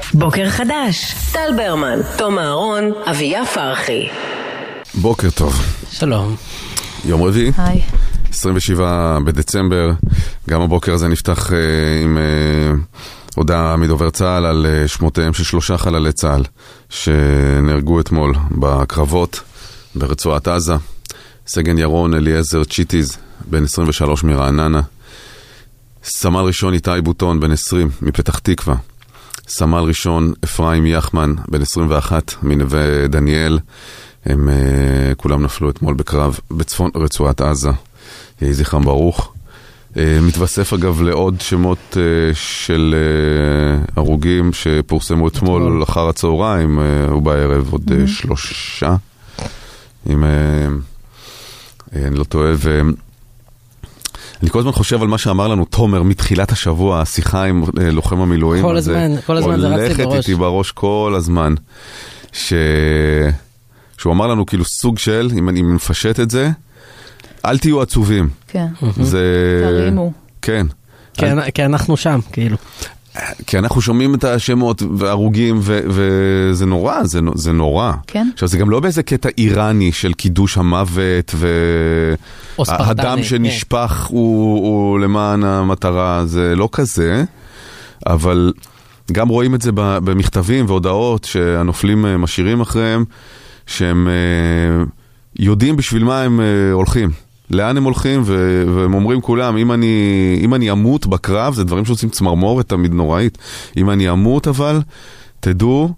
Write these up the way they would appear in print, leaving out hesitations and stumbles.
בוקר חדש, טל ברמן, תום אהרון, אביה פרחי. בוקר טוב. שלום. יום רביעי. היי. 27 בדצמבר. גם הבוקר הזה נפתח עם הודעה מדובר צה"ל על שמותיהם של 3 חללי צה"ל שנהרגו אתמול בקרבות ברצועת עזה. סגן ירון אליעזר צ'יטיז, בן 23 מרעננה. סמל ראשון איתי בוטון, בן 20 מפתח תקווה. סמל ראשון אפרים יחמן, בן 21 מנווה דניאל. הם כולם נפלו אתמול בקרב בצפון רצועת עזה. יהי זכרם ברוך. מתווסף אגב לעוד שמות של הרוגים שפורסמו אתמול אחר הצהריים ובערב עוד 3, אם אני לא טועה. אני כל הזמן חושב על מה שאמר לנו תומר מתחילת השבוע, השיחה עם לוחם המילואים. כל הזמן זה רץ לי בראש. הולכת איתי בראש כל הזמן. שהוא אמר לנו כאילו סוג של, אם אני מפשט את זה, אל תהיו עצובים. כן. תרימו. כן. כי אנחנו שם, כאילו. כי אנחנו שומעים את השמות והרוגים, וזה נורא, זה נורא. כן. עכשיו, זה גם לא באיזה קטע איראני של קידוש המוות, והדם שנשפח הוא למען המטרה, זה לא כזה, אבל גם רואים את זה במכתבים והודעות שהנופלים משאירים אחריהם, שהם יודעים בשביל מה הם הולכים. לאן הם הולכים, והם אומרים כולם, אם אני אמות בקרב, זה דברים שעושים צמרמורת תמיד נוראית. אם אני אמות אבל, תדעו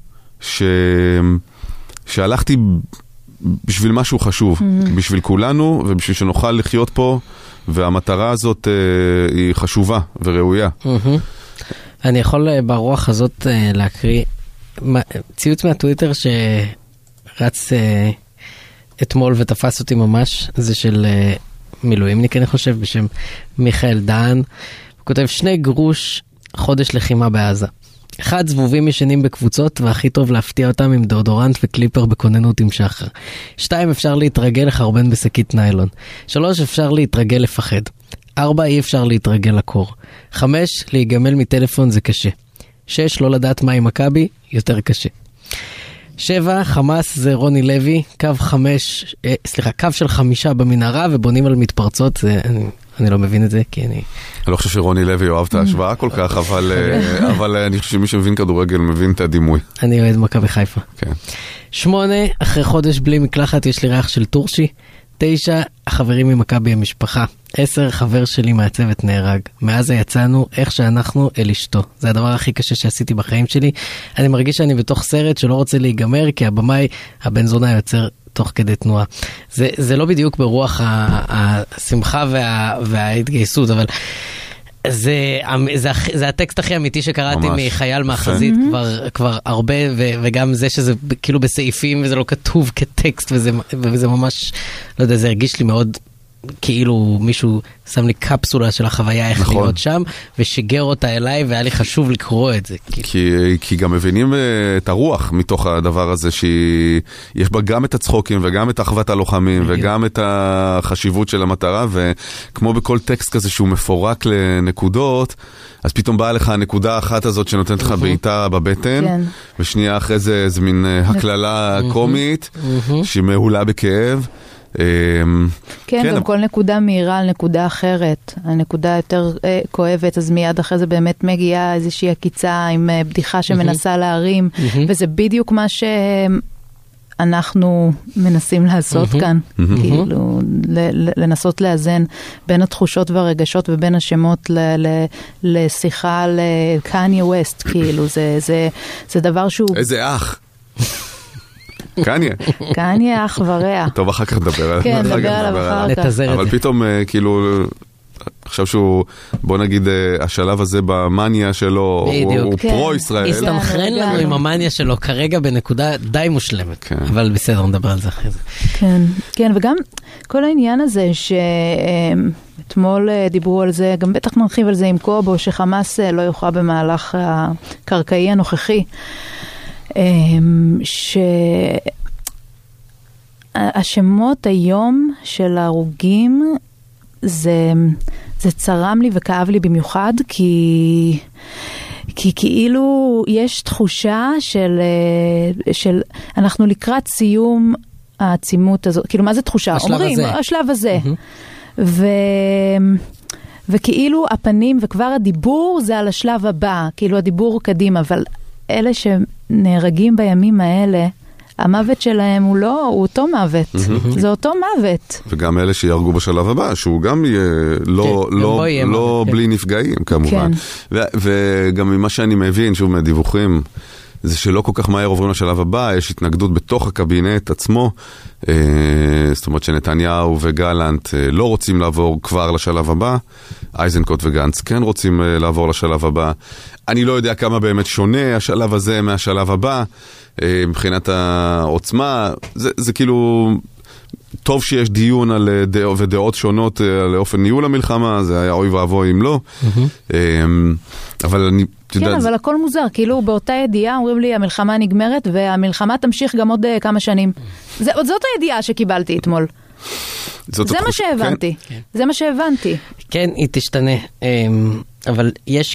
שהלכתי בשביל משהו חשוב, בשביל כולנו, ובשביל שנוכל לחיות פה, והמטרה הזאת היא חשובה וראויה. אני יכול ברוח הזאת להקריא ציוץ מהטוויטר שרץ אתמול ותפס אותי ממש, זה של מילואימניק אני חושב, בשם מיכאל דהן. הוא כותב 2 גרוש חודש לחימה בעזה. 1, זבובים ישנים בקבוצות, והכי טוב להפתיע אותם עם דאודורנט וקליפר בכוננות עם שחר. 2, אפשר להתרגל לחרבן בשקית ניילון. 3, אפשר להתרגל לפחד. 4, אי אפשר להתרגל לקור. 5, להיגמל מטלפון זה קשה. 6, לא לדעת מה עם מכבי, יותר קשה. 7, חמאס זה רוני לוי, קו של 5 במנהרה ובונים על מתפרצות, אני לא מבין את זה, כי אני לא חושב שרוני לוי אוהב את ההשוואה כל כך, אבל אני חושב שמי שמבין כדורגל מבין את הדימוי. אני אוהד מכבי חיפה. כן. 8, אחרי חודש בלי מקלחת יש לי ריח של טורשי. 9, החברים ממכבי המשפחה. 10, חבר שלי מהצוות נהרג. מאז יצאנו איך שאנחנו אל אשתו. זה הדבר הכי קשה שעשיתי בחיים שלי. אני מרגיש שאני בתוך סרט שלא רוצה להיגמר, כי הבמאי, הבן זונה יוצר תוך כדי תנועה. זה לא בדיוק ברוח השמחה וההתגייסות, אבל זה הטקסט הכי אמיתי שקראתי מחייל מהחזית כבר הרבה, וגם זה שזה כאילו בסעיפים וזה לא כתוב כטקסט, וזה ממש, לא יודע, זה הרגיש לי מאוד כאילו מישהו שם לי קפסולה של החוויה איך להיות שם, ושיגר אותה אליי, והיה לי חשוב לקרוא את זה. כי גם מבינים את הרוח מתוך הדבר הזה, שיש בה גם את הצחוקים, וגם את אחוות הלוחמים, וגם את החשיבות של המטרה, וכמו בכל טקסט כזה שהוא מפורק לנקודות, אז פתאום באה לך הנקודה האחת הזאת שנותנת לך בעיטה בבטן, ושנייה אחרי זה איזה מין הקללה קומית, שהיא מהולה בכאב. כן, גם כל נקודה מהירה על נקודה אחרת, הנקודה יותר כואבת, אז מיד אחרי זה באמת מגיעה איזושהי עקיצה עם בדיחה שמנסה להרים, וזה בדיוק מה שאנחנו מנסים לעשות כאן, כאילו לנסות לאזן בין התחושות והרגשות ובין השמות לשיחה לקניה ווסט, כאילו זה דבר שהוא... איזה אח! קניה אח ורע. טוב, אחר כך נדבר עליו. כן, נדבר עליו אחר כך. אבל פתאום, כאילו, עכשיו שהוא, בוא נגיד, השלב הזה במניה שלו, הוא פרו-ישראל. הסתמכרן לנו עם המניה שלו כרגע בנקודה די מושלמת. אבל בסדר, נדבר על זה אחרי זה. כן, כן, וגם כל העניין הזה שאתמול דיברו על זה, גם בטח נרחיב על זה עם קובו, שחמאס לא יוכל במהלך הקרקעי הנוכחי. שהשמות היום של ההרוגים זה צרם לי וכאב לי במיוחד, כי כי כאילו יש תחושה של אנחנו לקראת סיום העצימות הזאת, כאילו מה זה תחושה? אומרים, השלב הזה. וכאילו הפנים וכבר הדיבור זה על השלב הבא, כאילו הדיבור קדימה, אבל אלה שנהרגים בימים האלה, המוות שלהם הוא אותו מוות, זה אותו מוות. וגם אלה שירגו בשלב הבא, שהוא גם יהיה לא בלי נפגעים כמובן. וגם ממה שאני מבין, שוב מהדיווחים, זה שלא כל כך מהר עוברים לשלב הבא, יש התנגדות בתוך הקבינט עצמו, זאת אומרת שנתניהו וגלנט לא רוצים לעבור כבר לשלב הבא, אייזנקוט וגנץ כן רוצים לעבור לשלב הבא. אני לא יודע כמה באמת שונה השלב הזה מהשלב הבא, מבחינת העוצמה, זה כאילו טוב שיש דיון על ודעות שונות על אופן ניהול המלחמה, זה היה אוי ואבוי אם לא. אבל אני... כן, אבל הכל מוזר, כאילו באותה ידיעה אומרים לי המלחמה נגמרת והמלחמה תמשיך גם עוד כמה שנים. זאת הידיעה שקיבלתי אתמול. זה מה שהבנתי. זה מה שהבנתי. כן, היא תשתנה. אבל יש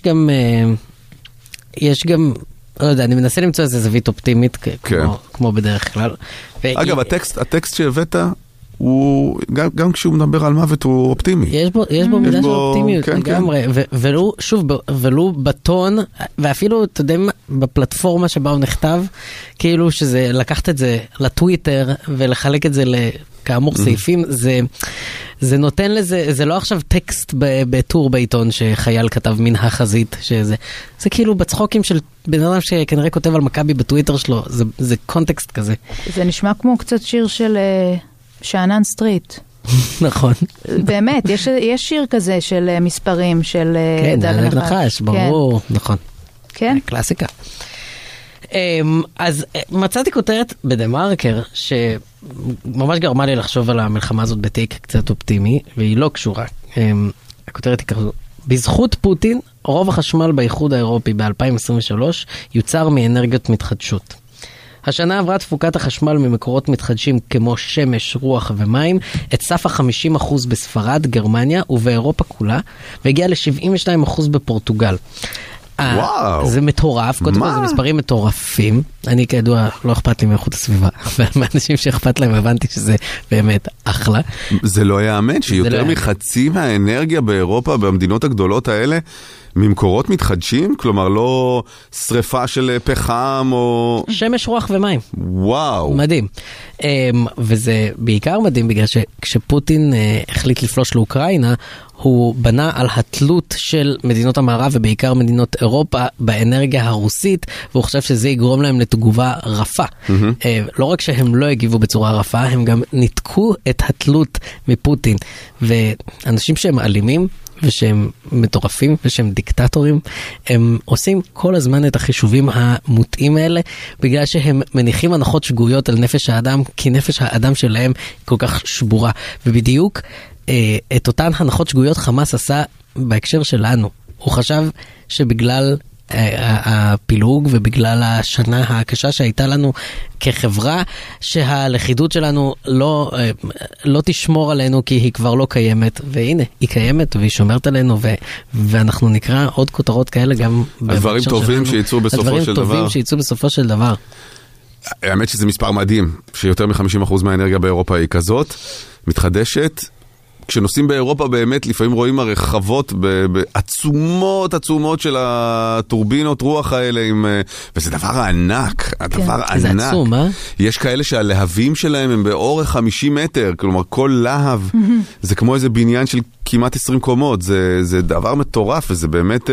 גם לא יודע, אני מנסה למצוא איזה זווית אופטימית כמו בדרך כלל. אגב, הטקסט שהבאת הוא, גם כשהוא מדבר על מוות הוא אופטימי. יש בו מידה של אופטימיות לגמרי, ולו, שוב, ולו בטון, ואפילו, אתה יודע, בפלטפורמה שבה הוא נכתב, כאילו שזה, לקחת את זה לטוויטר, ולחלק את זה כאמור סעיפים, זה נותן לזה, זה לא עכשיו טקסט בטור בעיתון שחייל כתב מן החזית, זה כאילו בצחוקים של בן אדם שכנראה כותב על מכבי בטוויטר שלו, זה קונטקסט כזה. זה נשמע כמו קצת שיר של שאנן סטריט. נכון. באמת, יש שיר כזה של מספרים, של כן, דג נחש, ברור, נכון. כן. קלאסיקה. אז מצאתי כותרת בדה-מרקר שממש גרמה לי לחשוב על המלחמה הזאת בטייק קצת אופטימי, והיא לא קשורה. הכותרת היא כזו: בזכות פוטין, רוב החשמל באיחוד האירופי ב-2023 יוצר מאנרגיות מתחדשות. השנה עברה תפוקת החשמל ממקורות מתחדשים כמו שמש, רוח ומים את סף ה-50% בספרד, גרמניה ובאירופה כולה, והגיע ל-72% בפורטוגל. זה מטורף, קודם כל זה מספרים מטורפים. אני כידוע לא אכפת לי מאיכות הסביבה, אבל מהאנשים שאכפת להם הבנתי שזה באמת אחלה. זה לא יאמן שיותר מחצי מהאנרגיה באירופה, במדינות הגדולות האלה, ממקורות מתחדשים? כלומר לא שריפה של פחם או... שמש, רוח ומים. וואו. מדהים. וזה בעיקר מדהים בגלל שכשפוטין החליט לפלוש לאוקראינה, הוא בנה על התלות של מדינות המערב ובעיקר מדינות אירופה באנרגיה הרוסית, והוא חושב שזה יגרום להם לתגובה רפה. לא רק שהם לא הגיבו בצורה רפה, הם גם ניתקו את התלות מפוטין. ואנשים שהם אלימים, ושהם מטורפים, ושהם דיקטטורים, הם עושים כל הזמן את החישובים המוטעים האלה, בגלל שהם מניחים הנחות שגויות על נפש האדם, כי נפש האדם שלהם כל כך שבורה. ובדיוק את אותן הנחות שגויות חמאס עשה בהקשר שלנו. הוא חשב שבגלל הפילוג ובגלל השנה הקשה שהייתה לנו כחברה, שהלכידות שלנו לא תשמור עלינו כי היא כבר לא קיימת, והנה, היא קיימת והיא שומרת עלינו, ואנחנו נקרא עוד כותרות כאלה גם הדברים טובים שיצאו בסופו של דבר. הדברים טובים שיצאו בסופו של דבר. האמת שזה מספר מדהים, שיותר מ-50% מהאנרגיה באירופה היא כזאת, מתחדשת. כשנוסעים באירופה באמת לפעמים רואים הרחבות בעצומות של הטורבינות רוח האלה, וזה דבר ענק, הדבר ענק. זה עצום, אה? יש כאלה שהלהבים שלהם הם באורך 50 מטר, כלומר כל להב זה כמו איזה בניין של כמעט 20 קומות, זה דבר מטורף, וזה באמת...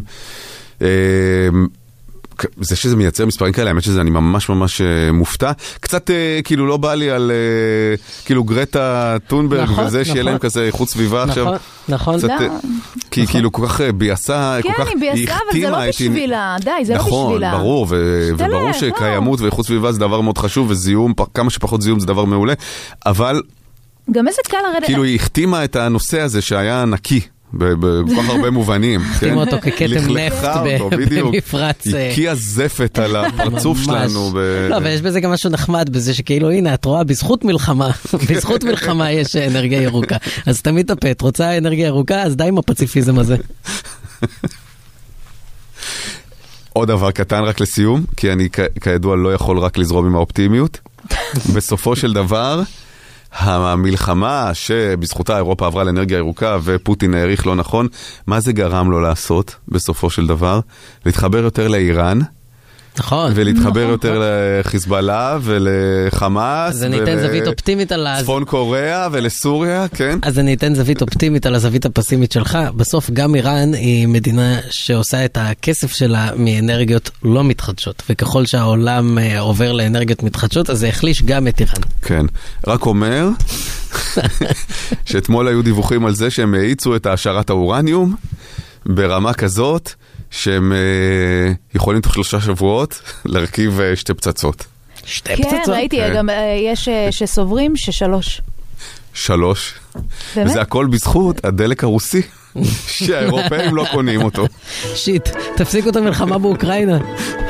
זה שזה מייצר מספרים כאלה, האמת שזה אני ממש מופתע. קצת כאילו לא בא לי על כאילו גרטה טונברג וזה שיהיה להם כזה איכות סביבה עכשיו. נכון. כי כאילו כל כך ביאסה, כן, היא ביאסה, אבל זה לא בשבילה. די, זה לא בשבילה. נכון, ברור, וברור שקיימות ואיכות סביבה זה דבר מאוד חשוב, וזיהום, כמה שפחות זיהום זה דבר מעולה, אבל גם איזה קל לרדת. כאילו היא החתימה את הנושא הזה שהיה נקי. בכל הרבה מובנים. החתימו אותו ככתם נפט במפרץ. הקיא הזפת על הפרצוף שלנו. לא, ויש בזה גם משהו נחמד בזה שכאילו, הנה, את רואה, בזכות מלחמה יש אנרגיה ירוקה. אז תמיד תפת, רוצה אנרגיה ירוקה, אז די עם הפציפיזם הזה. עוד דבר קטן רק לסיום, כי אני כידוע לא יכול רק לזרום עם האופטימיות. בסופו של דבר, המלחמה שבזכותה אירופה עברה לאנרגיה ירוקה ופוטין העריך לא נכון, מה זה גרם לו לעשות בסופו של דבר? להתחבר יותר לאיראן, נכון. ולהתחבר יותר לחיזבאללה ולחמאס. אז אני אתן זווית אופטימית על צפון קוריאה ולסוריה, כן? אז אני אתן זווית אופטימית על הזווית הפסימית שלך. בסוף גם איראן היא מדינה שעושה את הכסף שלה מאנרגיות לא מתחדשות, וככל שהעולם עובר לאנרגיות מתחדשות, אז זה החליש גם את איראן. כן. רק אומר שאתמול היו דיווחים על זה שהם האיצו את העשרת האורניום ברמה כזאת, שהם יכולים תוך 3 שבועות להרכיב 2 פצצות. 2 פצצות? כן, ראיתי, גם יש שסוברים 3. 3. וזה הכל בזכות הדלק הרוסי, שהאירופאים לא קונים אותו. שיט, תפסיקו את המלחמה באוקראינה.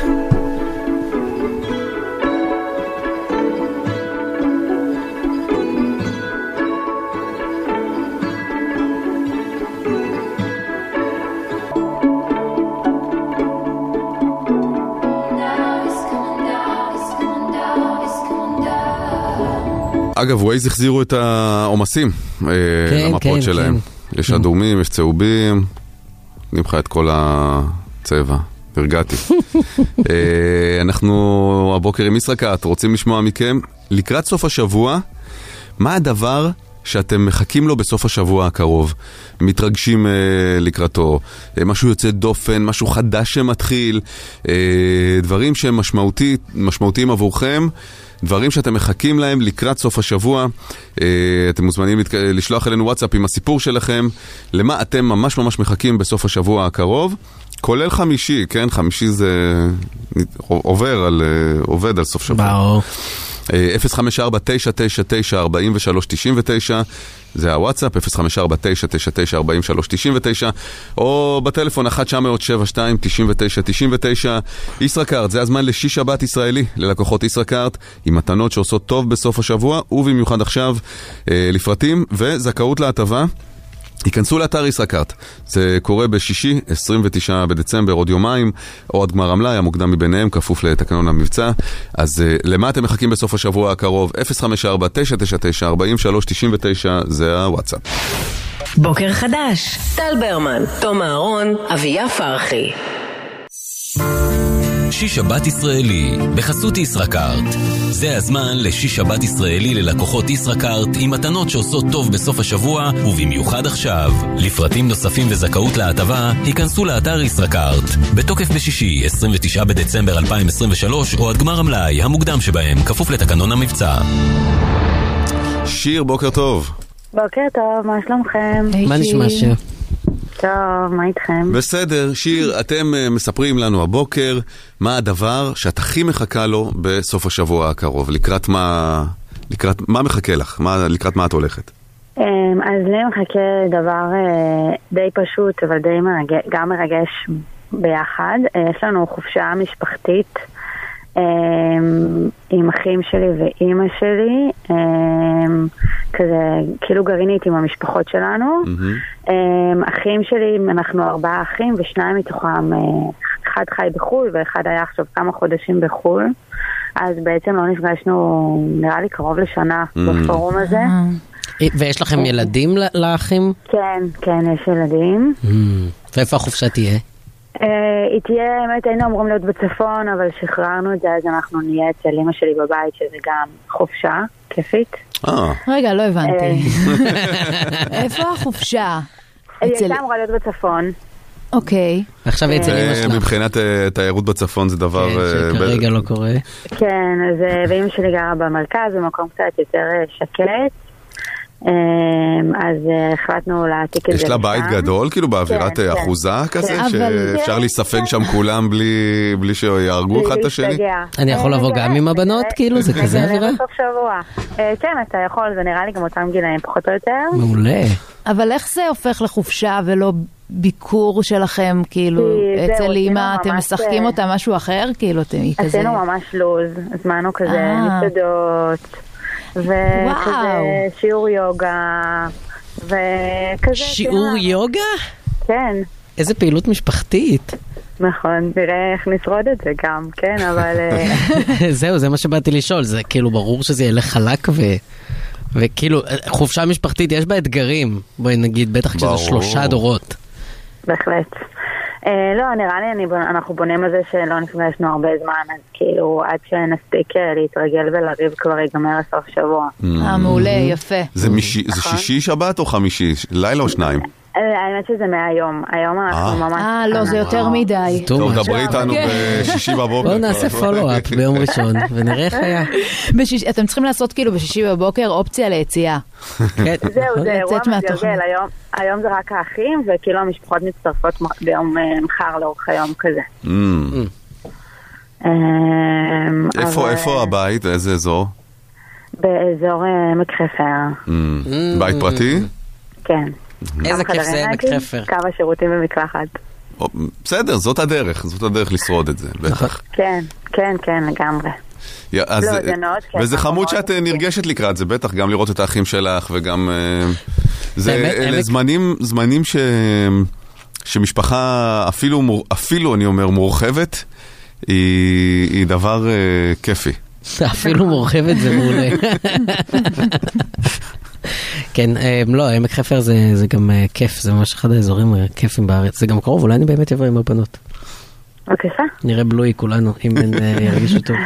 אגב, ווייז החזירו את העומסים למפות שלהם. יש אדומים, יש צהובים, נמך את כל הצבע. הרגעתי. אנחנו הבוקר עם ישראכרט, רוצים לשמוע מכם, לקראת סוף השבוע, מה הדבר שאתם מחכים לו בסוף השבוע הקרוב? מתרגשים לקראתו, משהו יוצא דופן, משהו חדש שמתחיל, דברים שהם משמעותיים עבורכם, דברים שאתם מחכים להם לקראת סוף השבוע. אתם מוזמנים לשלוח אלינו וואטסאפ עם הסיפור שלכם, למה אתם ממש ממש מחכים בסוף השבוע הקרוב, כולל חמישי, כן? חמישי זה עובד על סוף שבוע. 054-999-4399 זה הוואטסאפ, 054-999-4399, או בטלפון 1-900-72-99-99. ישראכרט, זה הזמן לשיש שבת ישראלי ללקוחות ישראכרט, עם מתנות שעושות טוב בסוף השבוע, ובמיוחד עכשיו לפרטים וזכאות להטבה. ייכנסו לאתר ישראכרט, זה קורה בשישי, 29 בדצמבר, עוד יומיים, או עד גמר המלאי, המוקדם מביניהם, כפוף לתקנון המבצע. אז למה אתם מחכים בסוף השבוע הקרוב? 054-999-4399, זה הוואטסאפ. בוקר חדש, טל ברמן, תום אהרון, אביה פרחי. שיש שבת ישראלי, בחסות ישראכרט. זה הזמן לשיש שבת ישראלי ללקוחות ישראכרט, עם מתנות שעושות טוב בסוף השבוע, ובמיוחד עכשיו. לפרטים נוספים וזכאות להטבה, היכנסו לאתר ישראכרט. בתוקף בשישי, 29 בדצמבר 2023, או עד גמר המלאי, המוקדם שבהם, כפוף לתקנון המבצע. שיר, בוקר טוב. בוקר טוב, מה שלומכם? מה נשמע שיר? טוב, מה איתכם? בסדר, שיר, אתם מספרים לנו הבוקר מה הדבר שאת הכי מחכה לו בסוף השבוע הקרוב, לקראת מה מחכה לך? לקראת מה את הולכת? אז לי מחכה דבר די פשוט, אבל די גם מרגש ביחד. יש לנו חופשה משפחתית עם אחים שלי ואימא שלי, כזה כאילו גרעינית עם המשפחות שלנו. אחים שלי, אנחנו 4 אחים, ו2 מתוכם, אחד חי בחול ואחד היה עכשיו כמה חודשים בחול, אז בעצם לא נפגשנו נראה לי קרוב לשנה בפורום הזה. ויש לכם ילדים לאחים? כן, כן, יש ילדים. ואיפה החופשה תהיה? היא תהיה, באמת היינו אמורים להיות בצפון, אבל שחררנו את זה, אז אנחנו נהיה אצל אמא שלי בבית, שזה גם חופשה כיפית. רגע, לא הבנתי. איפה החופשה? היא הייתה אמורה להיות בצפון. אוקיי. עכשיו אצל אמא שלך. מבחינת תיירות בצפון זה דבר... שכרגע לא קורה. כן, אז ואמא שלי גרה במרכז, במקום קצת יותר שקט. אז החלטנו להעתיק את זה. יש לה בית גדול, כאילו באווירת אחוזה כזה, שאפשר להספק שם כולם בלי שיהרגו אחד את השני? אני יכול לבוא גם עם הבנות, כאילו, זה כזה אווירה? בסוף שבוע. כן, אתה יכול, זה נראה לי גם אותם גילאים פחות או יותר. מעולה. אבל איך זה הופך לחופשה ולא ביקור שלכם, כאילו, אצל אמא, אתם משחקים אותה משהו אחר, כאילו, עשינו ממש לוז, הזמנו כזה מסעדות, וכזה שיעור יוגה, וכזה... שיעור יוגה? כן. איזה פעילות משפחתית. נכון, נראה איך נשרוד את זה גם, כן, אבל... זהו, זה מה שבאתי לשאול, זה כאילו ברור שזה ילך חלק וכאילו, חופשה משפחתית יש בה אתגרים, בואי נגיד, בטח כשזה 3 דורות. בהחלט. לא, נראה לי אנחנו בונים על זה שלא נפגשנו הרבה זמן, אז כאילו עד שנספיק להתרגל ולריב כבר ייגמר הסוף שבוע. מעולה, יפה. זה שישי, שבת או חמישי? לילה או 2? האמת שזה מהיום, היום אנחנו ממש... לא, זה יותר מדי. טוב, דברי איתנו בשישי בבוקר. בואו נעשה פולו-אפ ביום ראשון, ונראה איך היה. אתם צריכים לעשות כאילו בשישי בבוקר אופציה ליציאה. זהו, זה אירוע מתגלגל, היום זה רק האחים, וכאילו המשפחות מצטרפות ביום מחר לאורך היום כזה. איפה הבית? איזה אזור? באזור עמק חפר. בית פרטי? כן. איזה כיף זה עמק חפר. כמה שירותים במקלחת. בסדר, זאת הדרך לשרוד את זה, בטח. כן, כן, כן, לגמרי. וזה חמוד שאת נרגשת לקראת זה, בטח, גם לראות את האחים שלך, וגם... אלה זמנים שמשפחה, אפילו אני אומר, מורחבת, היא דבר כיפי. אפילו מורחבת זה מעולה. כן, לא, עמק חפר זה גם כיף, זה ממש אחד האזורים הכיפים בארץ. זה גם קרוב, אולי אני באמת אבוא עם הבנות. בבקשה. נראה בלוי כולנו, אם ירגישו טוב.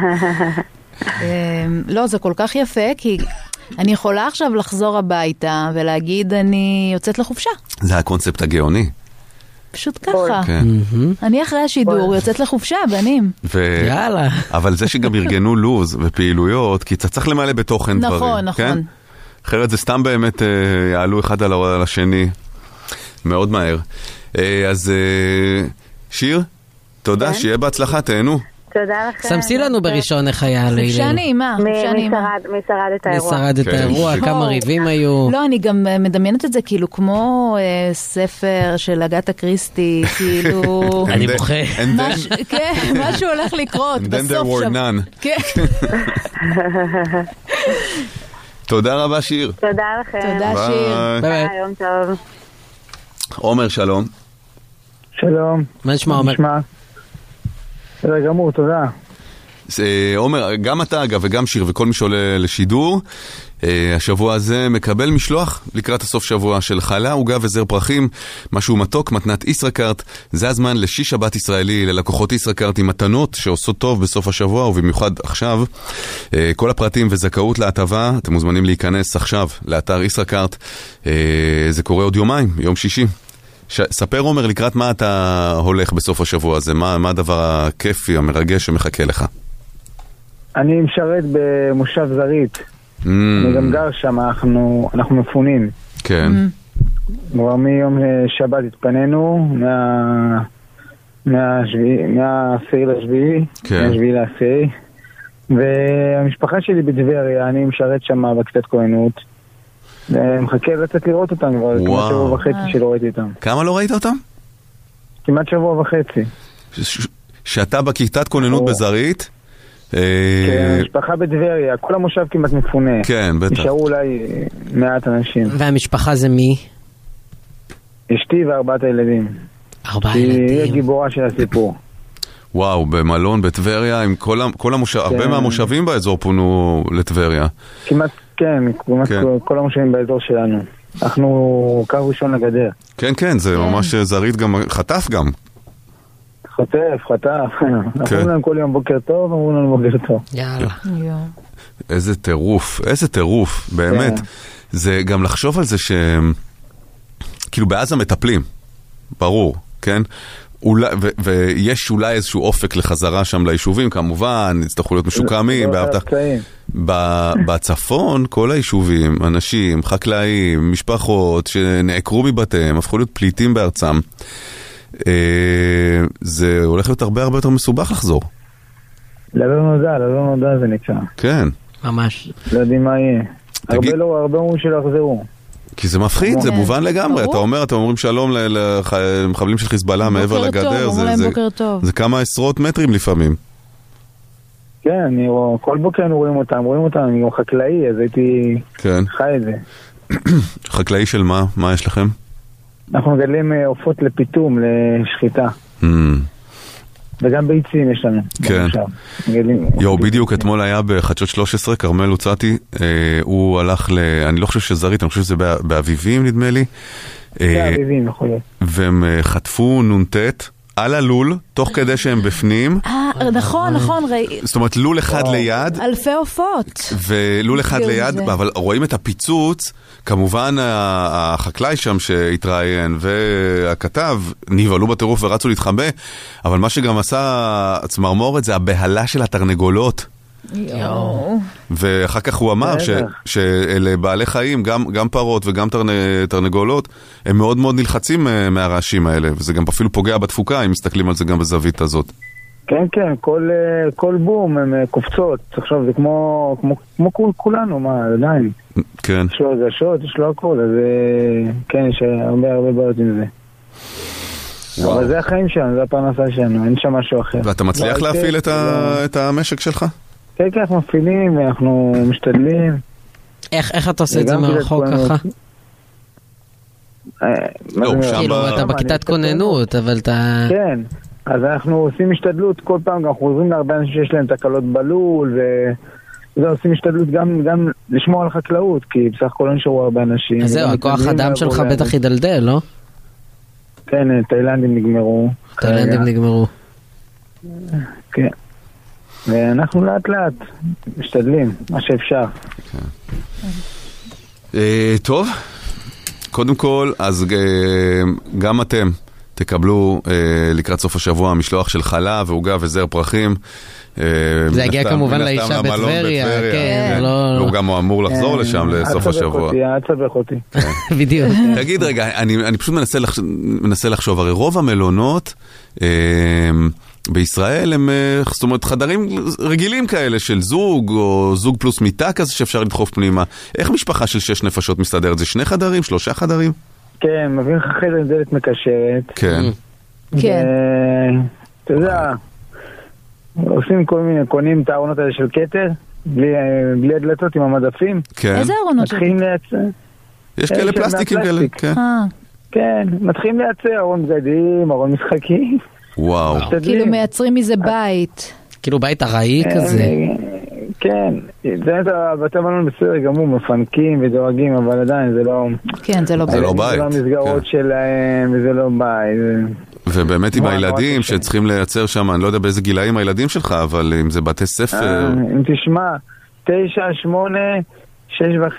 לא, זה כל כך יפה, כי אני יכולה עכשיו לחזור הביתה ולהגיד, אני יוצאת לחופשה. זה הקונספט הגאוני. פשוט ככה. אני אחרי השידור יוצאת לחופשה, בנים. יאללה. אבל זה שגם ארגנו לוז ופעילויות, כי אתה צריך למלא בתוכן דברים. נכון, נכון. אחרת זה סתם באמת יעלו אחד על השני מאוד מהר. אז שיר, תודה, שיהיה בהצלחה, תהנו. תודה לכם. סמסי לנו בראשון איך היה לילה. חופשה נעימה. מי שרד את האירוע. מי שרד את האירוע, כמה ריבים היו. לא, אני גם מדמיינת את זה כאילו כמו ספר של אגתה קריסטי, כאילו... אני בוכה. כן, משהו הולך לקרות. And then there were none. כן. תודה רבה, שיר. תודה לכם. תודה, שיר. ביי, יום טוב. עומר, שלום. שלום. מה נשמע, עומר? בסדר גמור, תודה. עומר, גם אתה אגב וגם שיר וכל מי שעולה לשידור, השבוע הזה מקבל משלוח לקראת הסוף שבוע של חלה, עוגה וזר פרחים, משהו מתוק, מתנת ישראכרט. זה הזמן לשיש שבת ישראלי ללקוחות ישראכרט עם מתנות שעושות טוב בסוף השבוע ובמיוחד עכשיו. כל הפרטים וזכאות להטבה, אתם מוזמנים להיכנס עכשיו לאתר ישראכרט. זה קורה עוד יומיים, יום שישי. ספר עומר, לקראת מה אתה הולך בסוף השבוע הזה? מה הדבר הכיפי, המרגש שמחכה לך? אני משרת במושב זרית. אני גם גר שם, אנחנו מפונים. כן. כבר מיום שבת התפנינו, מהעשירי לשביעי, מהשביעי לעשירי. והמשפחה שלי בטבריה, אני משרת שם בכיתת כהנות. ומחכה לצאת לראות אותם כבר, כמעט שבוע וחצי שלא ראיתי אותם. כמה לא ראית אותם? כמעט שבוע וחצי. שאתה בכיתת כוננות בזרית? כן, משפחה בטבריה, כל המושב כמעט מפונה. כן, בטח. נשארו אולי מעט אנשים. והמשפחה זה מי? אשתי ו4 ילדים. 4 ילדים. היא הגיבורה של הסיפור. וואו, במלון בטבריה, עם כל המושב, הרבה מהמושבים באזור פונו לטבריה. כמעט, כן, כמעט כל המושבים באזור שלנו. אנחנו קו ראשון לגדר. כן, כן, זה ממש זרית גם, חטף גם. חטף. אמרו לנו כל יום בוקר טוב, אמרו לנו בוקר טוב. יאללה. איזה טירוף, באמת. זה גם לחשוב על זה כאילו בעזה מטפלים, ברור, כן? ויש אולי איזשהו אופק לחזרה שם ליישובים, כמובן, יצטרכו להיות משוקמים. בצפון, כל היישובים, אנשים, חקלאים, משפחות שנעקרו מבתיהם, הפכו להיות פליטים בארצם. זה הולך להיות הרבה יותר מסובך לחזור. לא נודע זה נקרא. כן. ממש. לא יודעים מה יהיה. הרבה אומרים שלא יחזרו. כי זה מפחיד, זה מובן לגמרי. אתם אומרים שלום למחבלים של חיזבאללה מעבר לגדר. זה כמה עשרות מטרים לפעמים. כן, כל בוקר רואים אותם, אני גם חקלאי, אז הייתי חי את זה. חקלאי של מה? מה יש לכם? אנחנו מגדלים עופות לפיתום, לשחיטה. וגם ביצים יש לנו. כן. יו, בדיוק אתמול היה בחדשות 13, כרמל לוצאטי, הוא הלך אני לא חושב שזרית, אני חושב שזה באביבים נדמה לי. באביבים, יכול להיות. והם חטפו נונטט על הלול, תוך כדי שהם בפנים. נכון, זאת אומרת, לול אחד ליד. אלפי עופות. ולול אחד ליד, אבל רואים את הפיצוץ, כמובן החקלאי שם שהתראיין והכתב נבהלו בטירוף ורצו להתחבא, אבל מה שגם עשה צמרמורת זה הבהלה של התרנגולות. ואחר כך הוא אמר שאלה בעלי חיים, גם פרות וגם תרנגולות, הם מאוד מאוד נלחצים מהרעשים האלה, וזה גם אפילו פוגע בתפוקה, אם מסתכלים על זה גם בזווית הזאת. כן, כן, כל בום הם קופצות, עכשיו זה כמו כולנו, מה, עדיין. כן. יש לו הרגשות, יש לו הכל, אז כן, יש הרבה בעיות עם זה. אבל זה החיים שלנו, זה הפרנסה שלנו, אין שם משהו אחר. ואתה מצליח להפעיל את המשק שלך? כן, כן, אנחנו מפעילים ואנחנו משתדלים. איך אתה עושה את זה מרחוק ככה? כאילו, אתה בכיתת כוננות, אבל אתה... כן, אז אנחנו עושים השתדלות כל פעם, אנחנו חוזרים להרבה אנשים שיש להם תקלות בלול, ועושים השתדלות גם לשמור על חקלאות, כי בסך הכל לא נשארו הרבה אנשים. אז זהו, הכוח אדם שלך בטח ידלדל, לא? כן, תאילנדים נגמרו. כן. ואנחנו לאט לאט משתדלים, מה שאפשר. טוב, קודם כל, אז גם אתם תקבלו לקראת סוף השבוע משלוח של חלה ועוגה וזר פרחים. זה הגיע כמובן לאישה בטבריה, כן. והוא גם אמור לחזור לשם לסוף השבוע. אצבך אותי. בדיוק. תגיד רגע, אני פשוט מנסה לחשוב, הרי רוב המלונות בישראל הם, זאת אומרת, חדרים רגילים כאלה של זוג, או זוג פלוס מיטה כזה שאפשר לדחוף פנימה. איך משפחה של 6 נפשות מסתדרת? זה 2 חדרים, 3 חדרים? כן, מבין לך חדר עם דלת מקשרת. כן. כן. אתה יודע, עושים כל מיני, קונים את הארונות האלה של כתר, בלי הדלתות עם המדפים. כן. איזה ארונות של כתר? יש כאלה פלסטיקים כאלה, כן. כן, מתחילים לייצר ארון בגדים, ארון משחקים. וואו. כאילו מייצרים מזה בית. כאילו בית ארעי כזה. כן, באמת בתי מלון בסדר גמור, מפנקים ודואגים, אבל עדיין זה לא... כן, זה לא בית. זה לא בית. זה לא המסגרות שלהם, וזה לא בית. ובאמת עם הילדים שצריכים לייצר שם, אני לא יודע באיזה גילאים הילדים שלך, אבל אם זה בתי ספר... אם תשמע, 9, 8, 6.5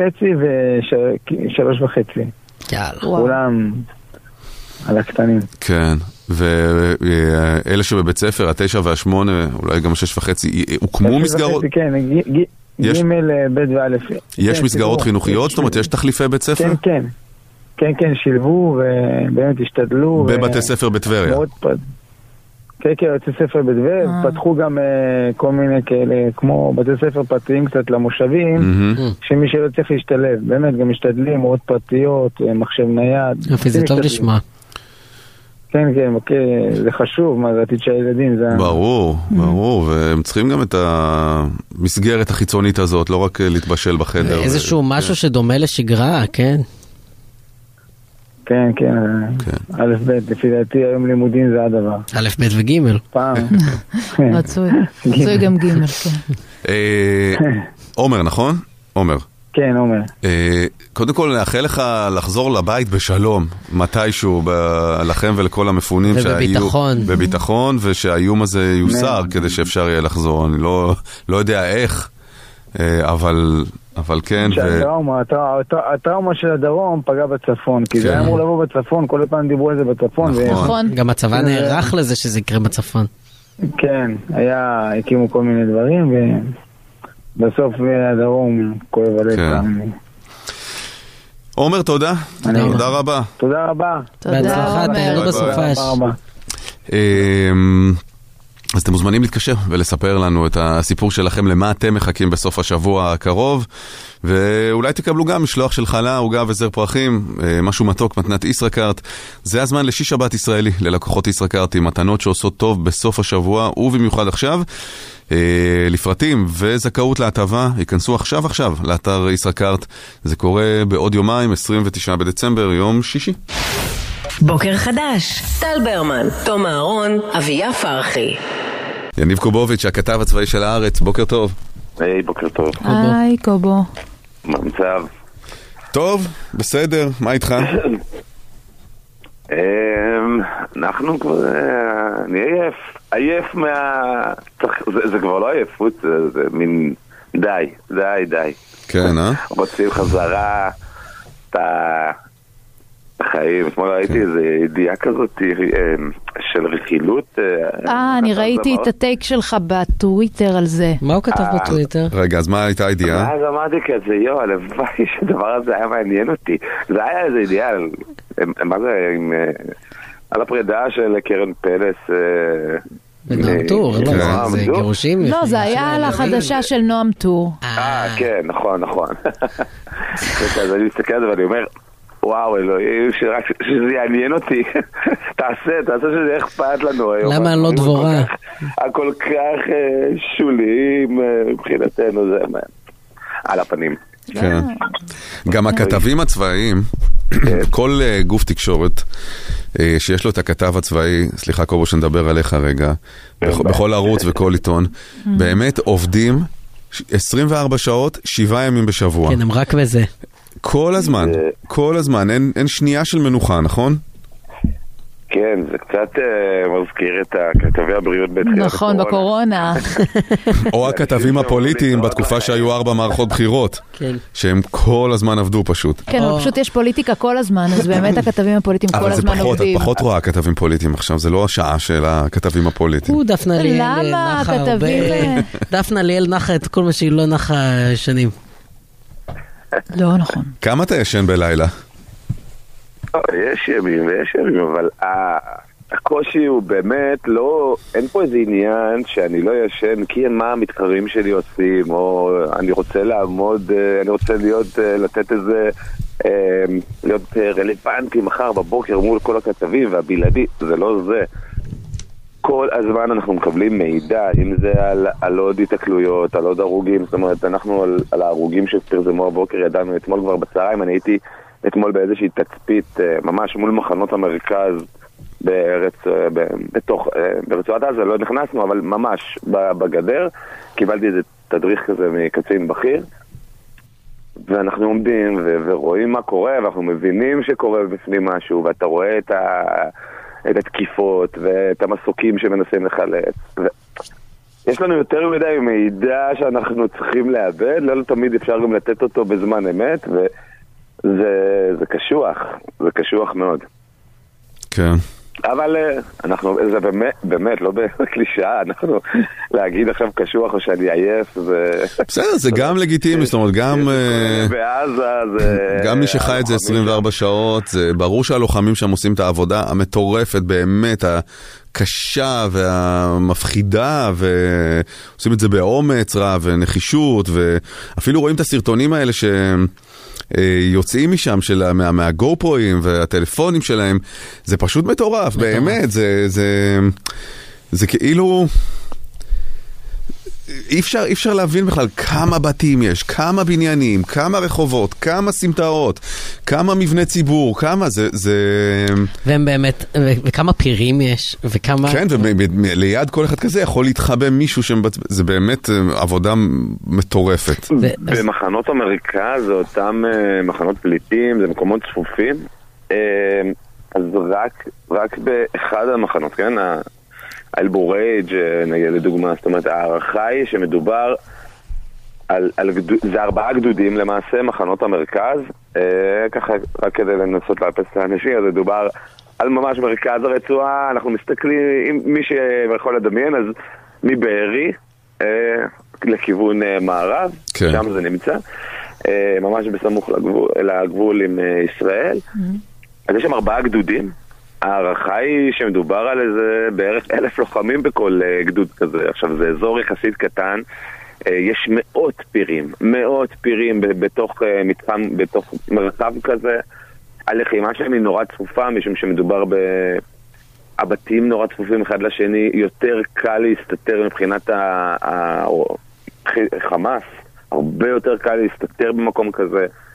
ו3.5. יאללה. כולם על הקטנים. כן. ואלה שבבית ספר, 9 ו8, אולי גם 6.5, הוקמו מסגרות? כן, ג' ב' וא'. יש מסגרות חינוכיות? זאת אומרת, יש תחליפי בית ספר? כן, שילבו ובאמת השתדלו. בבתי ספר בטבריה? כן, בתי ספר בטבריה, פתחו גם כל מיני כאלה, כמו בתי ספר פרטיים קצת למושבים, שמי שלא צריך להשתלב, באמת גם משתדלים, מורות פרטיות, מחשב נייד. יופי, זה טוב לשמוע. כן, זה חשוב, מה זה עתיד של הילדים. ברור, והם צריכים גם את המסגרת החיצונית הזאת, לא רק להתבשל בחדר. איזשהו משהו שדומה לשגרה, כן? כן, א' ב', לפי דעתי היום לימודים זה הדבר. א' ב' וג' פעם. רצוי גם ג', כן. עומר, נכון? עומר. כן, עומר. קודם כל, נאחל לך לחזור לבית בשלום, מתישהו, לכם ולכל המפונים בביטחון, ושהאיום הזה יוסר כדי שאפשר יהיה לחזור. אני לא יודע איך, אבל כן. הטראומה של הדרום פגע בצפון, כי זה היה אמור לבוא בצפון, כל פעם דיברו על זה בצפון. נכון, גם הצבא נערך לזה שזה יקרה בצפון. כן, הקימו כל מיני דברים, בסוף הדרום כואב הלב. עומר, תודה. תודה רבה. תודה רבה. בהצלחה, תהנו בסופש. אז אתם מוזמנים להתקשר ולספר לנו את הסיפור שלכם, למה אתם מחכים בסוף השבוע הקרוב, ואולי תקבלו גם משלוח של חלה, עוגה וזר פרחים, משהו מתוק, מתנת ישראכרט. זה הזמן לשיש שבת ישראלי, ללקוחות ישראכרט עם מתנות שעושות טוב בסוף השבוע, ובמיוחד עכשיו. לפרטים וזכאות להטבה, ייכנסו עכשיו לאתר ישראכרט. זה קורה בעוד יומיים, 29 בדצמבר, יום שישי. בוקר חדש. טל ברמן, תום אהרון, אביה פרחי. יניב קובוביץ', הכתב הצבאי של הארץ, בוקר טוב. היי, בוקר טוב. היי, קובו. מה המצב? טוב, בסדר, מה איתך? אנחנו כבר... אני עייף זה כבר לא עייפות, זה מין... די. כן, רוצים חזרה את החיים. אתמול ראיתי איזו ידיעה כזאת של רכילות. אני ראיתי את הטייק שלך בטוויטר על זה. מה הוא כתב בטוויטר? רגע, אז מה הייתה הידיעה? אז אמרתי כזה, הלוואי שהדבר הזה היה מעניין אותי. זה היה איזו ידיעה, מה זה, על הפרידה של קרן פלס. בנועם טור, זה גירושים. לא, זה היה על החדשה של נועם טור. כן, נכון. אז אני מסתכל על זה ואני אומר, וואו, אלוהים, שזה יעניין אותי. תעשה שזה אכפת לנו היום. למה לא דבורה? הכל כך שוליים מבחינתנו, זה על הפנים. כן. גם הכתבים הצבאיים, כל גוף תקשורת שיש לו את הכתב הצבאי, סליחה קובו שנדבר עליך רגע, בכל ערוץ וכל עיתון, באמת עובדים 24 שעות, 7 ימים בשבוע. כן, הם רק בזה. כל הזמן, אין שנייה של מנוחה, נכון? כן, זה קצת מזכיר את כתבי הבריאות בתחילת הקורונה. נכון, בקורונה. או הכתבים הפוליטיים בתקופה שהיו 4 מערכות בחירות, שהם כל הזמן עבדו פשוט. כן, אבל פשוט יש פוליטיקה כל הזמן, אז באמת הכתבים הפוליטיים כל הזמן עובדים. אבל זה פחות רואה כתבים פוליטיים עכשיו, זה לא השעה של הכתבים הפוליטיים. דפנה ליאל נחה הרבה. דפנה ליאל נחה את כל מה שהיא לא נחה שנים. לא נכון. כמה אתה ישן בלילה? יש ימים, אבל הקושי הוא באמת לא, אין פה איזה עניין שאני לא ישן כי אין מה המתחרים שלי עושים, או אני רוצה לעמוד, אני רוצה לתת איזה, להיות רלוונטי מחר בבוקר מול כל הכתבים והבלעדי, זה לא זה. כל הזמן אנחנו מקבלים מידע, אם זה על עוד התקלויות, על עוד הרוגים, זאת אומרת, אנחנו על ההרוגים שפרסמו הבוקר ידענו אתמול כבר בצהריים, אני הייתי אתמול באיזושהי תצפית ממש מול מחנות המרכז ברצועת עזה, לא נכנסנו, אבל ממש בגדר, קיבלתי איזה תדריך כזה מקצין בכיר, ואנחנו עומדים ורואים מה קורה, ואנחנו מבינים שקורה בפנים משהו, ואתה רואה את התקיפות ואת המסוקים שמנסים לחלץ. יש לנו יותר מדי מידע שאנחנו צריכים לאבד, לא תמיד אפשר גם לתת אותו בזמן אמת, זה קשוח מאוד. כן. אבל אנחנו, זה באמת, לא בקלישאה, אנחנו להגיד עכשיו קשוח או שאני עייף, בסדר, זה גם לגיטימי, זאת אומרת, גם מי שחי את זה 24 שעות, זה ברור שהלוחמים שם עושים את העבודה המטורפת, באמת, הקשה והמפחידה, ועושים את זה באומץ רב ונחישות, ואפילו רואים את הסרטונים האלה יוצאים משם מהגו-פרואים והטלפונים שלהם, זה פשוט מטורף, באמת, זה כאילו אי אפשר להבין בכלל כמה בתים יש, כמה בניינים, כמה רחובות, כמה סמטאות, כמה מבני ציבור, כמה זה... והם באמת, וכמה פירים יש, וכמה... כן, וליד כל אחד כזה יכול להתחבא מישהו זה באמת עבודה מטורפת. במחנות המרכז, אותם מחנות פליטים, זה מקומות צפופים, אז רק באחד המחנות, כן? אלבורייג' נגיד לדוגמה, זאת אומרת הערכה היא שמדובר זה 4 גדודים למעשה מחנות המרכז, ככה רק כדי לנסות לאפס את האנשים, אז מדובר על ממש מרכז הרצועה, אנחנו מסתכלים, מי שיכול לדמיין, אז מבארי לכיוון מערב, כן. שם זה נמצא, ממש בסמוך לגבול עם ישראל, אז יש שם 4 גדודים, הערכה היא שמדובר על איזה בערך 1,000 לוחמים בכל גדוד כזה. עכשיו זה אזור יחסית קטן, יש מאות פירים בתוך מתחם, בתוך מרחב כזה. הלחימה שלהם היא נורא צפופה, משום שמדובר הבתים נורא צפופים אחד לשני, יותר קל להסתתר מבחינת חמאס, הרבה יותר קל להסתתר במקום כזה.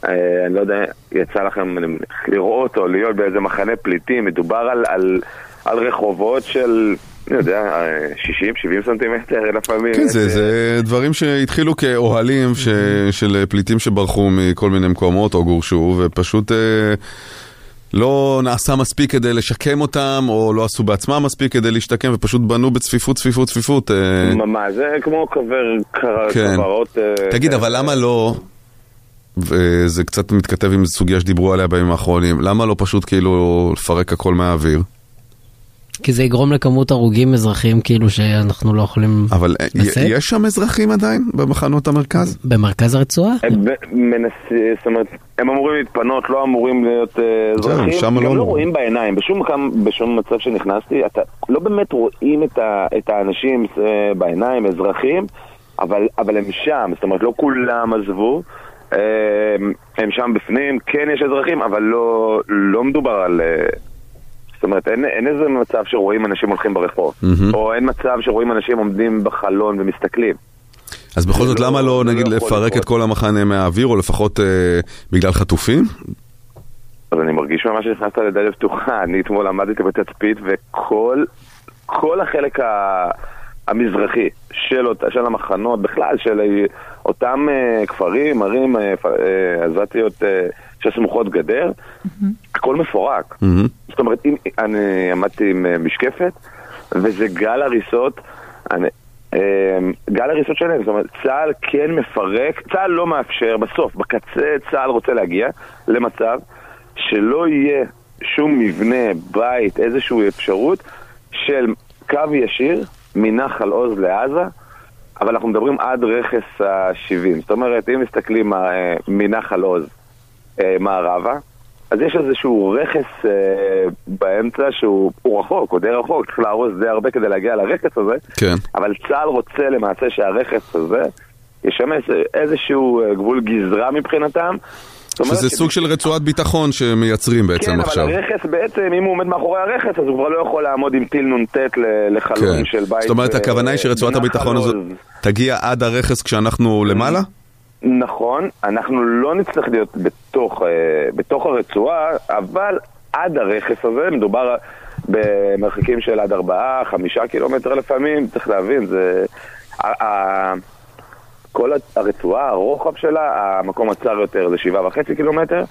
אני לא יודע, יצא לכם לראות או להיות באיזה מחנה פליטים, מדובר על רחובות של, אני יודע, 60-70 סנטימטר לפעמים. כן, זה דברים שהתחילו כאוהלים של פליטים שברחו מכל מיני מקומות או גורשו, ופשוט לא נעשה מספיק כדי לשקם אותם, או לא עשו בעצמם מספיק כדי להשתקם, ופשוט בנו בצפיפות. ממש, זה כמו קברות. תגיד, אבל למה לא, וזה קצת מתכתב עם סוגיה שדיברו עליה בימים האחרונים, למה לא פשוט כאילו לפרק הכל מהאוויר? כי זה יגרום לכמות הרוגים אזרחיים כאילו שאנחנו לא יכולים... אבל יש שם אזרחים עדיין במחנות המרכז? במרכז הרצועה? זאת אומרת, הם אמורים להתפנות, לא אמורים להיות אזרחים, גם לא רואים בעיניים. בשום מצב שנכנסתי, אתה לא באמת רואים את האנשים בעיניים, אזרחים, אבל הם שם, זאת אומרת, לא כולם עזבו, הם שם בפנים, כן יש אזרחים, אבל לא מדובר על... זאת אומרת, אין איזה מצב שרואים אנשים הולכים ברחוב, או אין מצב שרואים אנשים עומדים בחלון ומסתכלים. אז בכל זאת, למה לא, נגיד, לפרק את כל המחנה מהאוויר, או לפחות בגלל חטופים? אז אני מרגיש ממש שנכנסת לדלת פתוחה. אני אתמול עמדתי בתצפית, וכל החלק המזרחי של המחנות, בכלל של אותם כפרים, ערים עזתיות שסמוכות גדר, הכל מפורק. זאת אומרת, אני עמדתי עם משקפת, וזה גל הריסות, גל הריסות שלהם. זאת אומרת, צה"ל כן מפרק, צה"ל לא מאפשר, בסוף, בקצה צה"ל רוצה להגיע למצב שלא יהיה שום מבנה, בית, איזושהי אפשרות של קו ישיר מנחל עוז לעזה, אבל אנחנו מדברים עד רכס ה-70. זאת אומרת, אם מסתכלים מנחל עוז מערבה, אז יש איזשהו רכס באמצע שהוא רחוק, או די רחוק, צריך להרוס די הרבה כדי להגיע לרכס הזה, כן. אבל צה"ל רוצה למעשה שהרכס הזה ישמש איזשהו גבול גזרה מבחינתם, שזה סוג של רצועת ביטחון שמייצרים בעצם עכשיו. כן, אבל הרכס בעצם, אם הוא עומד מאחורי הרכס, אז הוא כבר לא יכול לעמוד עם טיל נ"ט לחלון של בית. זאת אומרת, הכוונה היא שרצועת הביטחון הזאת תגיע עד הרכס כשאנחנו למעלה? נכון, אנחנו לא נצטרך להיות בתוך הרצועה, אבל עד הרכס הזה, מדובר במרחקים של עד 4-5 קילומטר לפעמים, צריך להבין, זה... כל הרצועה, הרוחב שלה, המקום הצר יותר זה 7.5 קילומטר,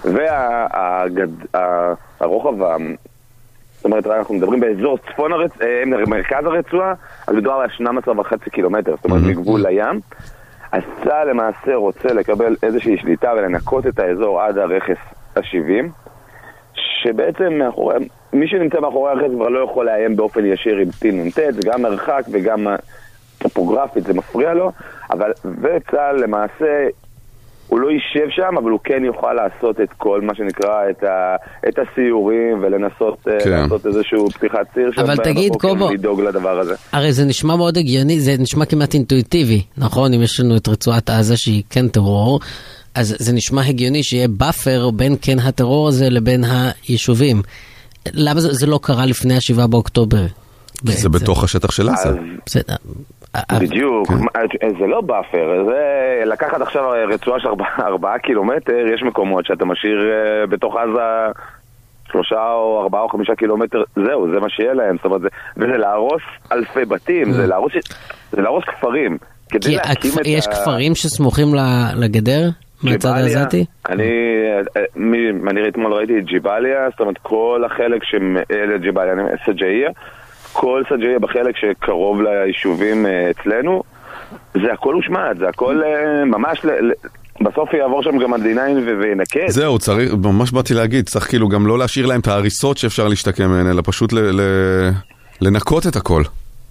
והרוחב, זאת אומרת, אנחנו מדברים באזור צפון מרכז הרצועה, אז מדובר על 12.5 קילומטר, זאת אומרת, מגבול לים. אז צה"ל למעשה רוצה לקבל איזושהי שליטה ולנקות את האזור עד הרכס ה-70, שבעצם מי שנמצא מאחורי הרכס כבר לא יכול לאיים באופן ישיר עם טיל נ"ט, זה גם מרחק וגם טופוגרפית, זה מפריע לו, וצה"ל למעשה הוא לא יישב שם, אבל הוא כן יוכל לעשות את כל מה שנקרא את הסיורים ולנסות לעשות איזשהו פתיחת ציר שם. אבל תגיד, קובו, לדאוג לדבר הזה. הרי זה נשמע מאוד הגיוני, זה נשמע כמעט אינטואיטיבי, נכון? אם יש לנו את רצועת עזה שהיא כן טרור, אז זה נשמע הגיוני שיהיה באפר בין כן הטרור הזה לבין היישובים. למה זה לא קרה לפני 7 באוקטובר? זה בתוך השטח של עזה. בסדר. בדיוק, זה לא באפר, זה לקחת עכשיו רצועה של 4 קילומטר, יש מקומות שאתה משאיר בתוך עזה 3 או 4 או 5 קילומטר, זהו, זה מה שיהיה להם, זאת אומרת, וזה להרוס אלפי בתים, זה להרוס כפרים. כי יש כפרים שסמוכים לגדר מהצד העזתי? אני אתמול ראיתי את ג'יבליה, זאת אומרת, כל החלק ג'יבליה, סג'איה, כל סג'איה בחלק שקרוב ליישובים אצלנו, זה הכל הושמד, זה הכל ממש, בסוף יעבור שם גם הדינאים וינקד. זהו, צריך, ממש באתי להגיד, צריך כאילו גם לא להשאיר להם את ההריסות שאפשר להשתקם מהן, אלא פשוט לנקות את הכל.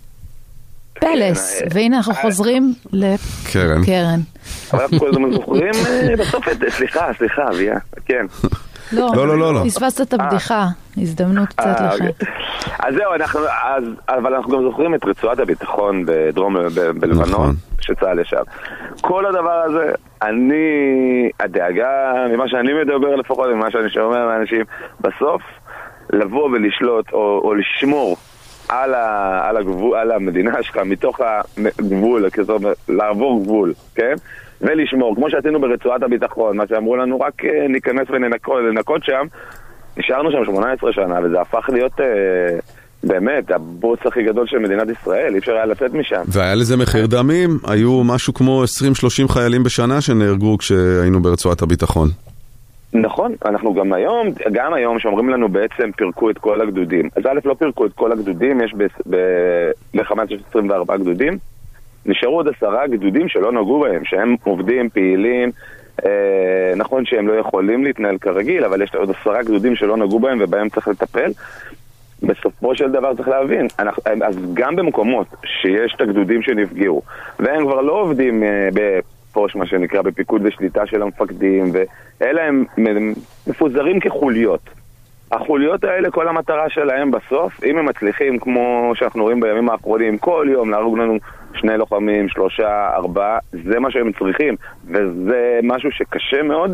פלס, והנה אנחנו חוזרים לקרן. אבל אנחנו כל הזמן זוכרים בסוף את, סליחה, אביה, כן. לא. פספסת את הבדיחה, הזדמנות קצת לך. אז זהו, אבל אנחנו גם זוכרים את רצועת הביטחון בדרום בלבנון, שצה"ל ישב. כל הדבר הזה, הדאגה, ממה שאני מדבר לפחות, ממה שאני שומע מהאנשים, בסוף, לבוא ולשלוט או לשמור על הגבול, על המדינה שלך, מתוך הגבול, לעבור גבול, כן? ולשמור, כמו שעשינו ברצועת הביטחון, מה שאמרו לנו, רק ניכנס וננקות שם, נשארנו שם 18 שנה, וזה הפך להיות באמת הבוץ הכי גדול של מדינת ישראל, אי אפשר היה לצאת משם. והיה לזה מחיר דמים, היו משהו כמו 20-30 חיילים בשנה שנהרגו כשהיינו ברצועת הביטחון. נכון, אנחנו גם היום שאומרים לנו בעצם פירקו את כל הגדודים. אז א' לא פירקו את כל הגדודים, יש לחמאס 24 גדודים, נשארו עוד 10 גדודים שלא נגעו בהם, שהם עובדים, פעילים, נכון שהם לא יכולים להתנהל כרגיל, אבל יש עוד 10 גדודים שלא נגעו בהם ובהם צריך לטפל. בסופו של דבר צריך להבין, אז גם במקומות שיש את הגדודים שנפגעו, והם כבר לא עובדים בפוש, מה שנקרא, בפיקוד ושליטה של המפקדים, ואלה הם מפוזרים כחוליות. החוליות האלה, כל המטרה שלהם בסוף, אם הם מצליחים, כמו שאנחנו רואים בימים האחרונים, כל יום להרוג לנו 2 לוחמים, 3, 4, זה מה שהם צריכים, וזה משהו שקשה מאוד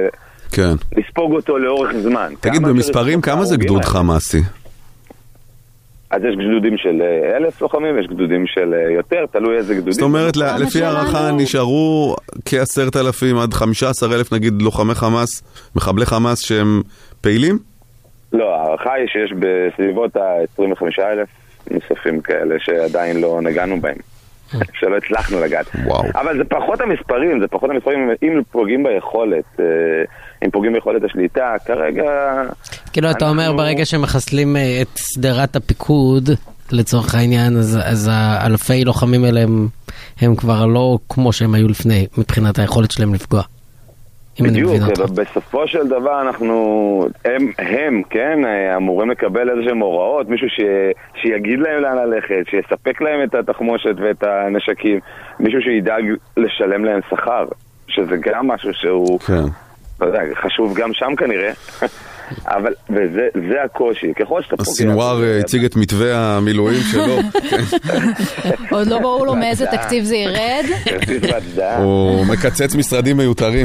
לספוג אותו לאורך זמן. תגיד, במספרים כמה זה גדוד חמאסי? אז יש גדודים של 1,000 לוחמים, יש גדודים של יותר, תלוי איזה גדודים. זאת אומרת, לפי הערכה נשארו כ10,000 עד 15,000 נגיד לוחמי חמאס, מחבלי חמאס שהם פעילים? לא, הערכה היא שיש בסביבות ה-25,000 נוספים כאלה שעדיין לא נגענו בהם, שלא הצלחנו לגעת. אבל זה פחות המספרים, אם פוגעים ביכולת, אם פוגעים ביכולת השליטה, כרגע... כאילו אתה אומר ברגע שמחסלים את סדרת הפיקוד לצורך העניין, אז האלפי לוחמים האלה הם כבר לא כמו שהם היו לפני מבחינת היכולת שלהם לפגוע. בדיוק, בסופו של דבר הם אמורים לקבל איזשהם הוראות, מישהו שיגיד להם לאן ללכת, שיספק להם את התחמושת ואת הנשקים, מישהו שידאג לשלם להם שכר, שזה גם משהו שהוא חשוב גם שם כנראה. אבל, וזה הקושי. ככל שאתה פוגע... הסינואר הציג את מתווה המילואים שלו. עוד לא ברור לו מאיזה תקציב זה ירד. הוא מקצץ משרדים מיותרים.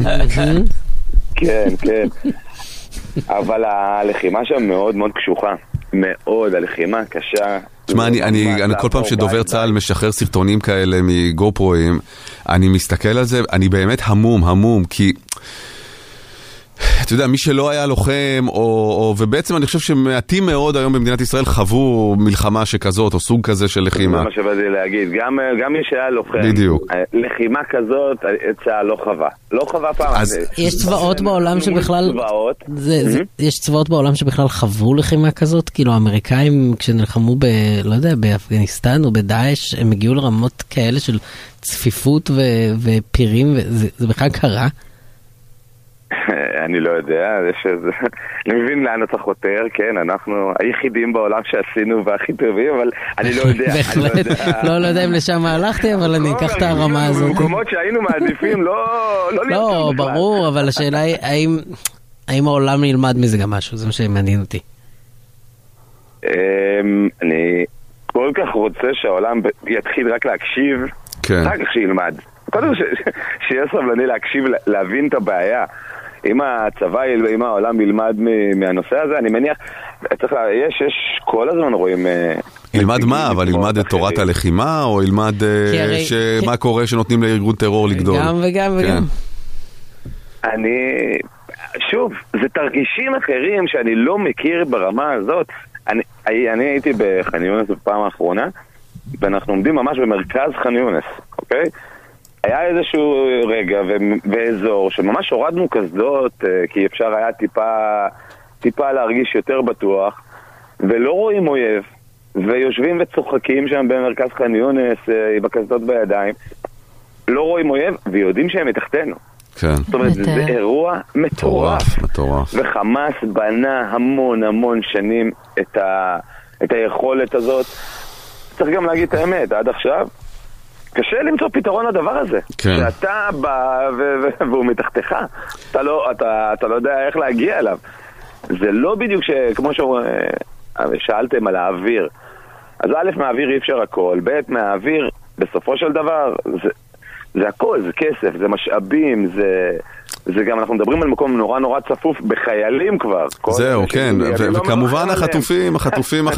כן, כן. אבל הלחימה שם מאוד מאוד קשוחה. מאוד, הלחימה קשה. תשמע, אני כל פעם שדובר צה"ל משחרר סרטונים כאלה מגופרואים, אני מסתכל על זה, אני באמת המום, כי... אתה יודע, מי שלא היה לוחם, ובעצם אני חושב שמעטים מאוד היום במדינת ישראל חוו מלחמה שכזאת, או סוג כזה של לחימה. זה מה שבאתי להגיד, גם מי שהיה לוחם, בדיוק. לחימה כזאת, צה"ל לא חווה. לא חווה פעם. יש צבאות בעולם שבכלל... יש צבאות בעולם שבכלל חוו לחימה כזאת? כאילו, האמריקאים, כשנלחמו לא יודע, באפגניסטן או בדאעש, הם הגיעו לרמות כאלה של צפיפות ופירים, וזה בכלל קרה? אני לא יודע, אני מבין לאן אתה חותר, כן, אנחנו היחידים בעולם שעשינו והכי טובים, אבל אני לא יודע. בהחלט, לא יודע אם לשם הלכתי, אבל אני אקח את הרמה הזאת. במקומות שהיינו מעדיפים, לא להיות לא, ברור, אבל השאלה היא, האם העולם ילמד מזה גם משהו? זה מה שמעניין אותי. אני כל כך רוצה שהעולם יתחיל רק להקשיב, רק שילמד. קודם שיהיה סבלני להקשיב, להבין את הבעיה. אם הצבא, אם העולם ילמד מהנושא הזה, אני מניח, יש כל הזמן רואים... ילמד מה? אבל ילמד את תורת הלחימה, או ילמד מה קורה שנותנים לארגון טרור לגדול? גם וגם. שוב, זה תרגישים אחרים שאני לא מכיר ברמה הזאת. אני הייתי בח'אן יונס בפעם האחרונה, ואנחנו עומדים ממש במרכז ח'אן יונס, אוקיי? היה איזשהו רגע ואזור שממש הורדנו קסדות, כי אפשר היה טיפה להרגיש יותר בטוח, ולא רואים אויב, ויושבים וצוחקים שם במרכז ח'אן יונס בקסדות בידיים, לא רואים אויב ויודעים שהם מתחתנו. כן. זאת אומרת, זה אירוע מטורף. וחמאס בנה המון שנים את היכולת הזאת. צריך גם להגיד את האמת, עד עכשיו קשה למצוא פתרון לדבר הזה. כן. שאתה בא והוא מתחתך. אתה לא יודע איך להגיע אליו. זה לא בדיוק כמו ששאלתם על האוויר. אז א', מהאוויר אי אפשר הכל. ב', מהאוויר, בסופו של דבר, זה הכל, זה כסף, זה משאבים, זה גם, אנחנו מדברים על מקום נורא נורא צפוף בחיילים כבר. זהו, כן, וכמובן החטופים. החטופים.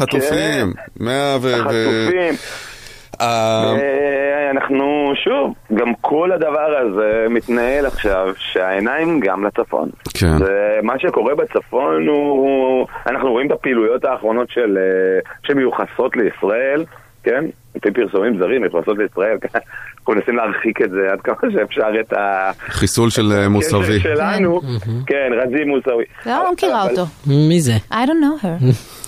אנחנו שוב, גם כל הדבר הזה מתנהל עכשיו שהעיניים גם לצפון. כן. מה שקורה בצפון הוא, אנחנו רואים את הפעילויות האחרונות שמיוחסות לישראל, כן? לפי פרסומים זרים, מיוחסות לישראל, אנחנו נסים להרחיק את זה עד כמה שאפשר את חיסול של מוסאווי שלנו. כן, רזי מוסאווי. לא מכירה אותו. מי זה? I don't know her.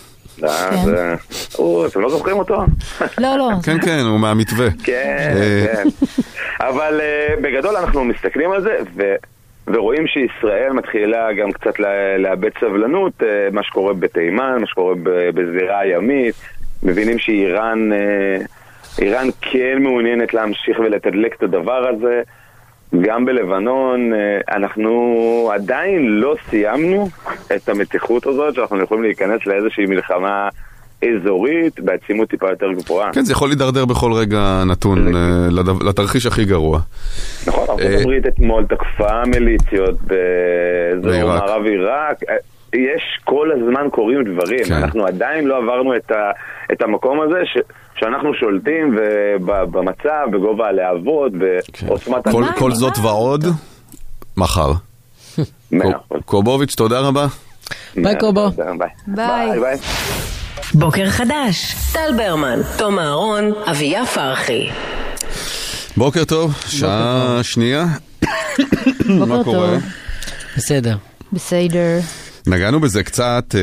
אתם לא זוכרים אותו? לא. כן, הוא מהמתווה. כן. אבל בגדול אנחנו מסתכלים על זה ורואים שישראל מתחילה גם קצת לאבד סבלנות, מה שקורה בתימן, מה שקורה בזירה הימית, מבינים שאיראן כן מעוניינת להמשיך ולתדלק את הדבר הזה. גם בלבנון אנחנו עדיין לא סיימנו את המתיחות הזאת שאנחנו יכולים להיכנס לאיזושהי מלחמה אזורית בעצימות טיפה יותר גבוהה. כן, זה יכול להידרדר בכל רגע נתון לתרחיש הכי גרוע. נכון, ארצות הברית אתמול תקפה מיליציות באזור מערב עיראק. יש כל הזמן קורים דברים. אנחנו עדיין לא עברנו את המקום הזה שאנחנו שולטים במצב, בגובה הלהבות, בעוצמת... כל זאת ועוד, מחר. קובוביץ', תודה רבה. ביי קובו. ביי. בוקר חדש, טל ברמן, תום אהרון, אביה פרחי. בוקר טוב, שעה שנייה. מה קורה? בסדר. נגענו בזה קצת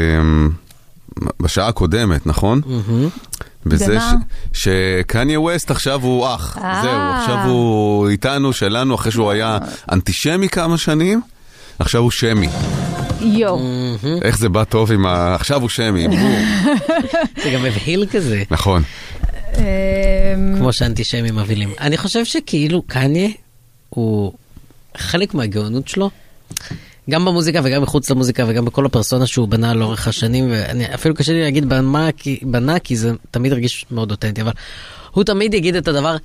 בשעה הקודמת, נכון? בזה שקניה ווסט עכשיו הוא אח. זהו, עכשיו הוא איתנו, שלנו, אחרי שהוא היה אנטישמי כמה שנים, עכשיו הוא שמי. יו. איך זה בא טוב עם עכשיו הוא שמי. זה גם מבהיל כזה. נכון. כמו שאנטישמים מבהילים. אני חושב שכאילו קניה הוא חלק מהגאונות שלו. גם במוזיקה וגם מחוץ למוזיקה וגם בכל הפרסונה שהוא בנה לאורך השנים, ואני אפילו קשה לי להגיד בנה כי זה תמיד הרגיש מאוד אותנטי, אבל הוא תמיד יגיד את הדבר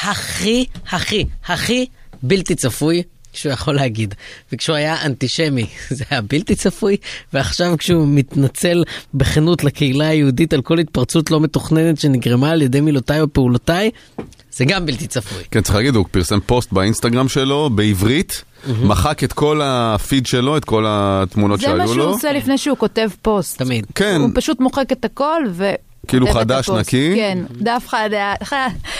הכי בלתי צפוי שהוא יכול להגיד. וכשהוא היה אנטישמי זה היה בלתי צפוי, ועכשיו כשהוא מתנצל בכנות לקהילה היהודית על כל התפרצות לא מתוכננת שנגרמה על ידי מילותיי או פעולותיי, זה גם בלתי צפוי. כן, צריך להגיד, הוא פרסם פוסט באינסטגרם שלו בעברית, מחק את כל הפיד שלו, את כל התמונות שהיו לו. זה מה שהוא עושה לפני שהוא כותב פוסט. תמיד. כן. הוא פשוט מוחק את הכל כאילו חדש נקי. כן, דף חדש.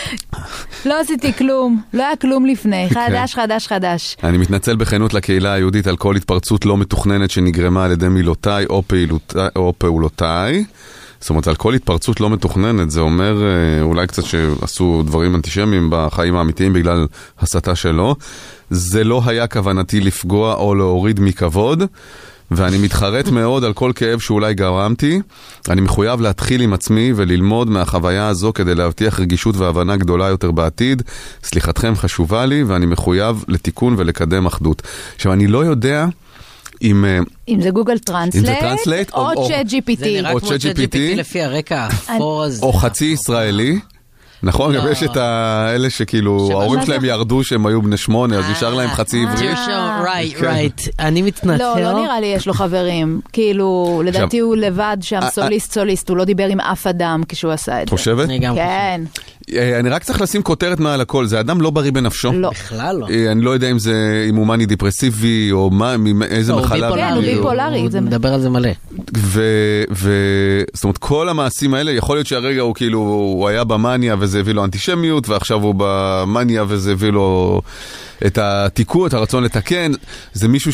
לא עשיתי כלום, לא היה כלום לפני. חדש. אני מתנצל בכנות לקהילה היהודית על כל התפרצות לא מתוכננת שנגרמה על ידי מילותיי או פעולותיי. זאת אומרת, על כל התפרצות לא מתוכננת, זה אומר אולי קצת שעשו דברים אנטישמיים בחיים האמיתיים בגלל הסתה שלו. זה לא היה כוונתי לפגוע או להוריד מכבוד, ואני מתחרט מאוד על כל כאב שאולי גרמתי. אני מחויב להתחיל עם עצמי וללמוד מהחוויה הזו כדי להבטיח רגישות והבנה גדולה יותר בעתיד. סליחתכם חשובה לי, ואני מחויב לתיקון ולקדם אחדות. עכשיו, אני לא יודע אם זה גוגל טרנסלייט או צ'אט GPT. זה נראה כמו צ'אט GPT לפי הרקע האפור הזה. או חצי ישראלי. נכון, גם יש את האלה שכאילו ההורים שלהם ירדו שהם היו בני 8, אז נשאר להם חצי עברית. right. אני מתנצל. לא נראה לי יש לו חברים. כאילו, לדעתי הוא לבד שם סוליסט, הוא לא דיבר עם אף אדם כשהוא עשה את זה. חושבת? כן. אני רק צריך לשים כותרת מעל הכל, זה אדם לא בריא בנפשו. לא. בכלל לא. אני לא יודע אם הוא מאני דיפרסיבי, או איזה מחלה. כן, הוא ביפולרי. הוא מדבר על זה מלא. זאת אומרת, כל המעשים האלה, יכול להיות שהרגע הוא כאילו, הוא היה במאניה וזה הביא לו אנטישמיות, ועכשיו הוא במאניה וזה הביא לו את התיקון, את הרצון לתקן. זה מישהו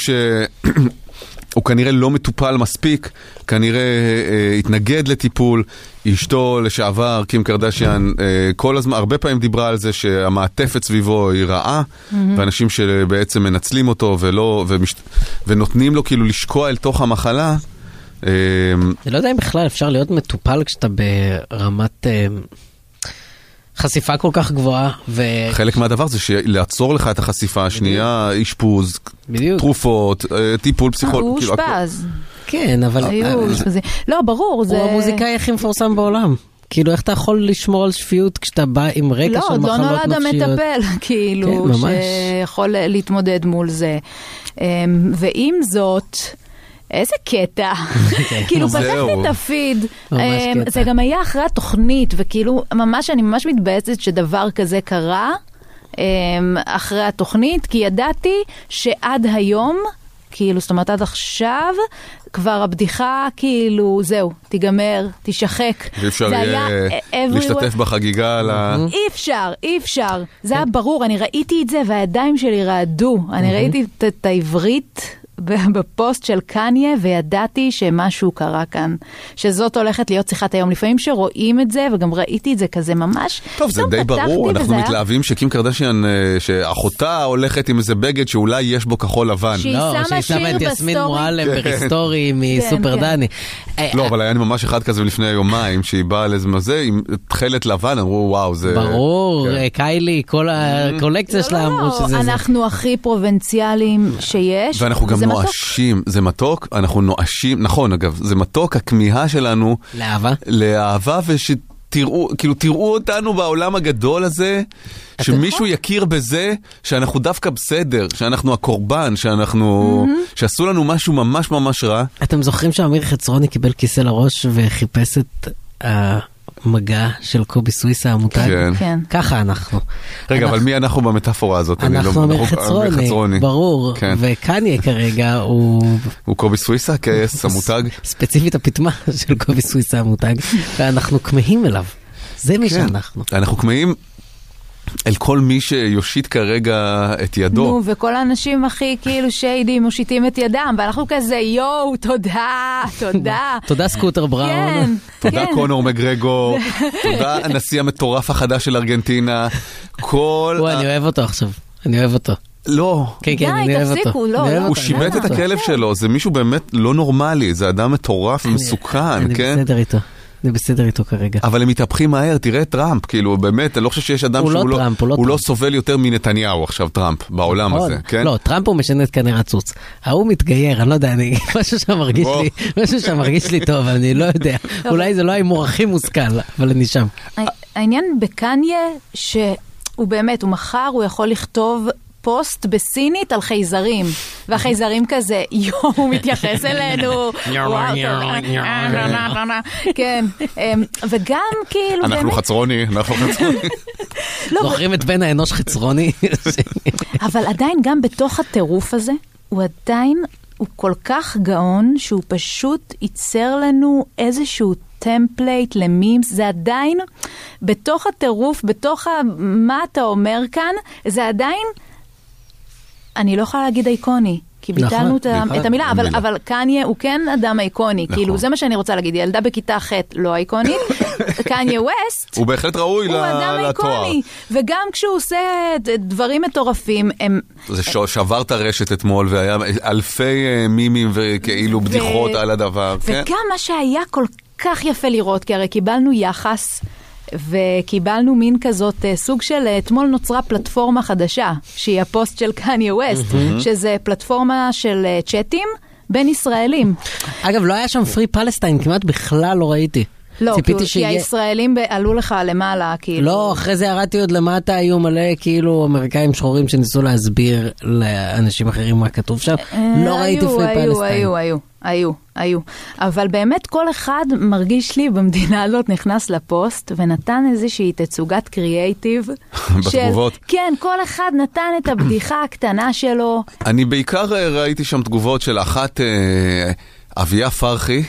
הוא כנראה לא מטופל מספיק, כנראה התנגד לטיפול. אשתו לשעבר, קים קרדשיאן, כל הזמן, הרבה פעמים דיברה על זה שהמעטפת סביבו היא רעה, ואנשים שבעצם מנצלים אותו ונותנים לו כאילו לשקוע אל תוך המחלה. אני לא יודע אם בכלל אפשר להיות מטופל כשאתה ברמת חשיפה כל כך גבוהה. חלק מהדבר זה לעצור לך את החשיפה השנייה, אשפוז, תרופות, טיפול פסיכולוגי. הוא אושפז. כן, אבל... לא, ברור. הוא המוזיקאי הכי מפורסם בעולם. כאילו, איך אתה יכול לשמור על שפיות כשאתה בא עם רקע של מחלות נפשיות? לא נולד המטפל, כאילו, שיכול להתמודד מול זה. ועם זאת, איזה קטע. כאילו, פתחתי את הפיד. זה גם היה אחרי התוכנית, וכאילו, ממש, אני ממש מתבאסת שדבר כזה קרה אחרי התוכנית, כי ידעתי שעד היום, כאילו, זאת אומרת, עד עכשיו, כבר הבדיחה, כאילו, זהו, תיגמר, תשחק. ואפשר להשתתף בחגיגה על ה... אי אפשר. זה היה ברור, אני ראיתי את זה, והידיים שלי רעדו. אני ראיתי את העברית בפוסט של קניה, וידעתי שמשהו קרה כאן. שזאת הולכת להיות שיחת היום. לפעמים שרואים את זה, וגם ראיתי את זה כזה ממש. טוב, זה די ברור. אנחנו מתלהבים שקים קרדשיאן, שאחותה הולכת עם איזה בגד שאולי יש בו כחול לבן. שהיא שמה את יסמין מועלם בריסטורי מסופר דני. לא, אבל היה ממש אחד כזה לפני יומיים, שהיא באה לזה מזה, עם תחלת לבן, אמרו וואו, זה... ברור, קיילי, כל הקולקציה שלה אמרו שזה זה. אנחנו הכי פרובינציאלים שיש. ואנחנו גם נואשים, זה מתוק, אנחנו נואשים, נכון אגב, זה מתוק, הכמיהה שלנו לאהבה, ושתראו, כאילו תראו אותנו בעולם הגדול הזה, שמישהו יכיר בזה, שאנחנו דווקא בסדר, שאנחנו הקורבן, שעשו לנו משהו ממש ממש רע. אתם זוכרים שאמיר חצרוני קיבל כיסא לראש וחיפש את המגע של קובי סוויסה המותג? כן. ככה אנחנו. רגע, אבל מי אנחנו במטאפורה הזאת? אנחנו אמיר חצרוני, ברור. וקניה כרגע הוא קובי סוויסה, כעס המותג? ספציפית הפתמה של קובי סוויסה המותג, ואנחנו כמהים אליו. זה מי שאנחנו. אנחנו כמהים אל כל מי שיושיט כרגע את ידו. נו, וכל האנשים הכי כאילו שיידים מושיטים את ידם, ואנחנו כזה, יואו, תודה, תודה. תודה סקוטר בראון. כן. תודה קונור מגרגור. תודה הנשיא המטורף החדש של ארגנטינה. אני אוהב אותו עכשיו. אני אוהב אותו. לא. כן, אני אוהב אותו. הוא שיבט את הכלב שלו. זה מישהו באמת לא נורמלי. זה אדם מטורף ומסוכן, כן? אני בסדר איתו. אני בסדר איתו כרגע. אבל הם מתהפכים מהר, תראה את טראמפ, כאילו באמת, אני לא חושב שיש אדם שהוא לא סובל יותר מנתניהו עכשיו, טראמפ, בעולם הזה, כן? לא, טראמפ הוא משנה את כנראה צוץ. ההוא מתגייר, אני לא יודע, משהו שם מרגיש לי טוב, אני לא יודע. אולי זה לא ההימור הכי מושכל, אבל אני שם. העניין בקניה, שהוא באמת, הוא מחר, הוא יכול לכתוב פוסט בסינית על חייזרים, והחייזרים כזה, הוא מתייחס אלינו, כן, וגם כאילו... אנחנו חצרוני. זוכרים את בן האנוש חצרוני? אבל עדיין גם בתוך הטירוף הזה, הוא עדיין, הוא כל כך גאון, שהוא פשוט ייצר לנו איזשהו טמפלייט למימס, זה עדיין, בתוך הטירוף, בתוך מה אתה אומר כאן, זה עדיין, אני לא יכולה להגיד איקוני, כי ביטלנו את המילה, אבל קניה הוא כן אדם איקוני, כאילו זה מה שאני רוצה להגיד, ילדה בכיתה ח' לא איקונית, קניה ווסט, הוא בהחלט ראוי לתואר. הוא אדם איקוני, וגם כשהוא עושה דברים מטורפים, זה שבר את הרשת אתמול, והיה אלפי מימים וכאילו בדיחות על הדבר. וגם מה שהיה כל כך יפה לראות, כי הרי קיבלנו יחס, וקיבלנו מין כזאת סוג של, אתמול נוצרה פלטפורמה חדשה, שהיא הפוסט של קניה ווסט, שזה פלטפורמה של צ'אטים בין ישראלים. אגב, לא היה שם פרי פלסטיין, כמעט בכלל לא ראיתי. לא, כי הישראלים עלו לך למעלה, כאילו. לא, אחרי זה ירדתי עוד למטה, היו מלא כאילו אמריקאים שחורים שניסו להסביר לאנשים אחרים מה כתוב שם. לא ראיתי פרי פלסטיין. היו. אבל באמת כל אחד מרגיש לי במדינה הזאת נכנס לפוסט ונתן איזושהי תצוגת קריאייטיב. בתגובות. כן, כל אחד נתן את הבדיחה הקטנה שלו. אני בעיקר ראיתי שם תגובות של אחת אביה פרחי.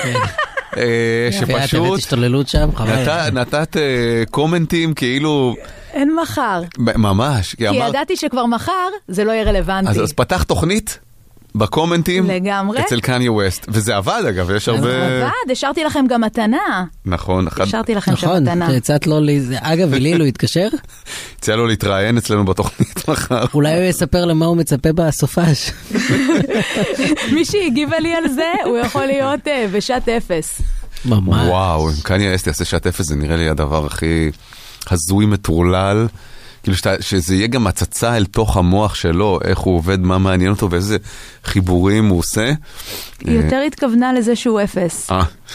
שפשוט נתת קומנטים כאילו אין מחר ממש כי ידעתי שכבר מחר זה לא יהיה רלוונטי אז פתח תוכנית בקומנטים לגמרי אצל קניה ווסט וזה עבד אגב יש הרבה השארתי לכם גם מתנה נכון השארתי לכם שם מתנה הצעת לו אגב אליל הוא התקשר הציע לו להתראיין אצלנו בתוכנית מחר אולי הוא יספר למה הוא מצפה בסופש מי שהגיבה לי על זה הוא יכול להיות בשעת אפס ממש וואו אם קניה ווסט יעשה שעת אפס זה נראה לי הדבר הכי הזוי מטורלל כאילו שזה יהיה גם הצצה אל תוך המוח שלו, איך הוא עובד, מה מעניין אותו ואיזה חיבורים הוא עושה. היא יותר התכוונה לזה שהוא אפס.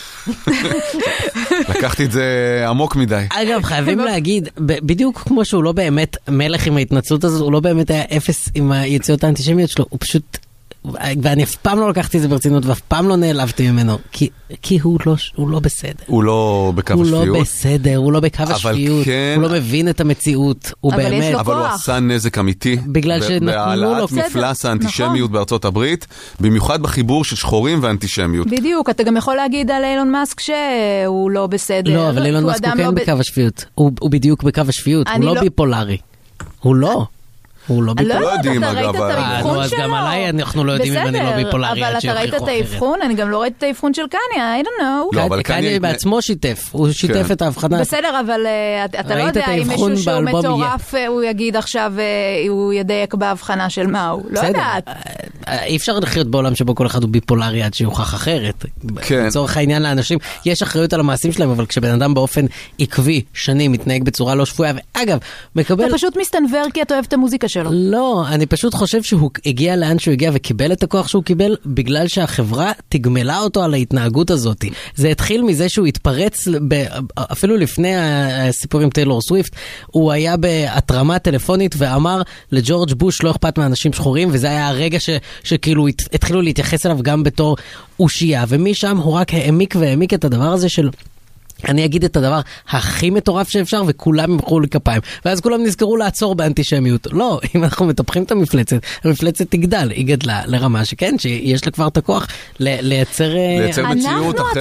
לקחתי את זה עמוק מדי. אגב, חייבים להגיד, בדיוק כמו שהוא לא באמת מלך עם ההתנצלות הזאת, הוא לא באמת היה אפס עם היציאות האנטישמיות שלו, הוא פשוט... ואני אף פעם לא לקחתי את זה ברצינות, ואף פעם לא נעלבתי ממנו, כי הוא לא בסדר. הוא לא בקו השפיות. הוא לא בסדר, הוא לא בקו השפיות, הוא לא מבין את המציאות, הוא באמת... אבל הוא עשה נזק אמיתי, בהעלאת מפלס האנטישמיות בארצות הברית, במיוחד בחיבור של שחורים ואנטישמיות. בדיוק, אתה גם יכול להגיד על אילון מאסק שהוא לא בסדר. לא, אבל אילון מאסק הוא כן בקו השפיות, הוא בדיוק בקו השפיות, הוא לא ביפולרי. הוא לא. הוא לא ביפולרי. לא יודעת, אתה ראית את האבחון שלו? אז גם עליי אנחנו לא יודעים אם אני לא ביפולרי. אבל אתה ראית את האבחון? אני גם לא ראית את האבחון של קניה, I don't know. קניה בעצמו שיתף, הוא שיתף את ההבחנה. בסדר, אבל אתה לא יודע אם מישהו שהוא מטורף, הוא יגיד עכשיו, הוא ידייק בהבחנה של מה הוא. לא יודעת. אי אפשר לחיות בעולם שבו כל אחד הוא ביפולרי עד שיוכח אחרת. לצורך העניין לאנשים, יש אחריות על המעשים שלהם, אבל כשבן אדם באופן עקבי, שנים, מתנהג בצורה לא שפויה, ואגב, מקבל... אתה פשוט מסתנבר כי אתה אוהב את המוזיקה שלו. לא, אני פשוט חושב שהוא הגיע לאן שהוא הגיע וקיבל את הכוח שהוא קיבל בגלל שהחברה תגמלה אותו על ההתנהגות הזאת. זה התחיל מזה שהוא התפרץ, אפילו לפני הסיפור עם טיילור סוויפט, הוא היה בהתרמה טלפונית ואמר לג'ורג' בוש לא אכפת מאנשים שחורים, וזה היה הרגע שכאילו התחילו להתייחס אליו גם בתור אושייה, ומשם הוא רק העמיק את הדבר הזה של... אני אגיד את הדבר הכי מטורף שאפשר, וכולם ימחאו לי כפיים. ואז כולם נזכרו לעצור באנטישמיות. לא, אם אנחנו מטפחים את המפלצת תגדל. היא גדלה לרמה שכן, שיש לה כבר את הכוח לייצר מציאות אחרת. אנחנו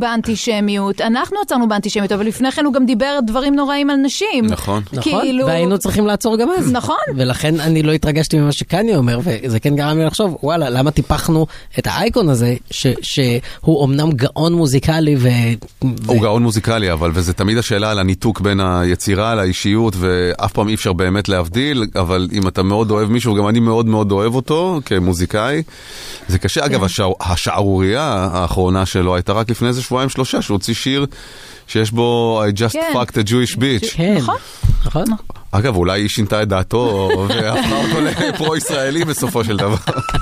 עצרנו באנטישמיות, אבל לפני כן הוא גם דיבר דברים נוראים על נשים. נכון. והיינו צריכים לעצור גם אז. נכון. ולכן אני לא התרגשתי ממה שקניה אומר, וזה כן גרם לי לחשוב, וואלה, למה טיפחנו את האייקון הזה, שהוא אומנם גאון מוזיקלי הוא גאון מוזיקלי, אבל וזה תמיד השאלה על הניתוק בין היצירה לאישיות, ואף פעם אי אפשר באמת להבדיל, אבל אם אתה מאוד אוהב מישהו, גם אני מאוד מאוד אוהב אותו כמוזיקאי, זה קשה. אגב, השערוריה האחרונה שלו הייתה רק לפני איזה 2-3 שהוא הוציא שיר שיש בו I just fucked a Jewish bitch. נכון. אגב, אולי היא שינתה את דעתו והפכה אותו לפרו-ישראלי בסופו של דבר.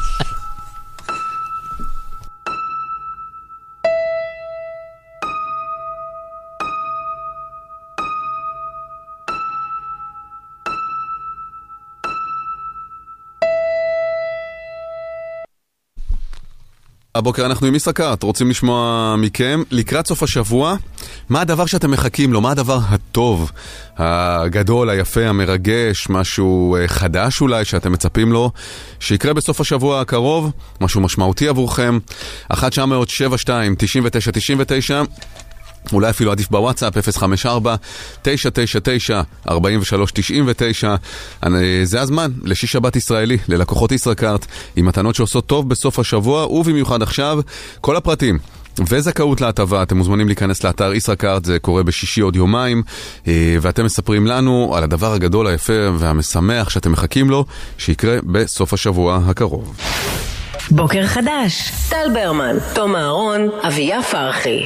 הבוקר אנחנו עם ישראכרט, רוצים לשמוע מכם לקראת סוף השבוע, מה הדבר שאתם מחכים לו, מה הדבר הטוב, הגדול, היפה, המרגש, משהו חדש אולי שאתם מצפים לו, שיקרה בסוף השבוע הקרוב, משהו משמעותי עבורכם, 1-900-72-99-99, אולי אפילו עדיף בוואטסאפ 054-999-4399. זה הזמן לשיש שבת ישראלי ללקוחות ישראכרט עם מתנות שעושות טוב בסוף השבוע, ובמיוחד עכשיו כל הפרטים וזכאות להטבה אתם מוזמנים להיכנס לאתר ישראכרט, זה קורה בשישי עוד יומיים, ואתם מספרים לנו על הדבר הגדול, היפה והמשמח שאתם מחכים לו שיקרה בסוף השבוע הקרוב. בוקר חדש, טל ברמן, תום אהרון, אביה פרחי.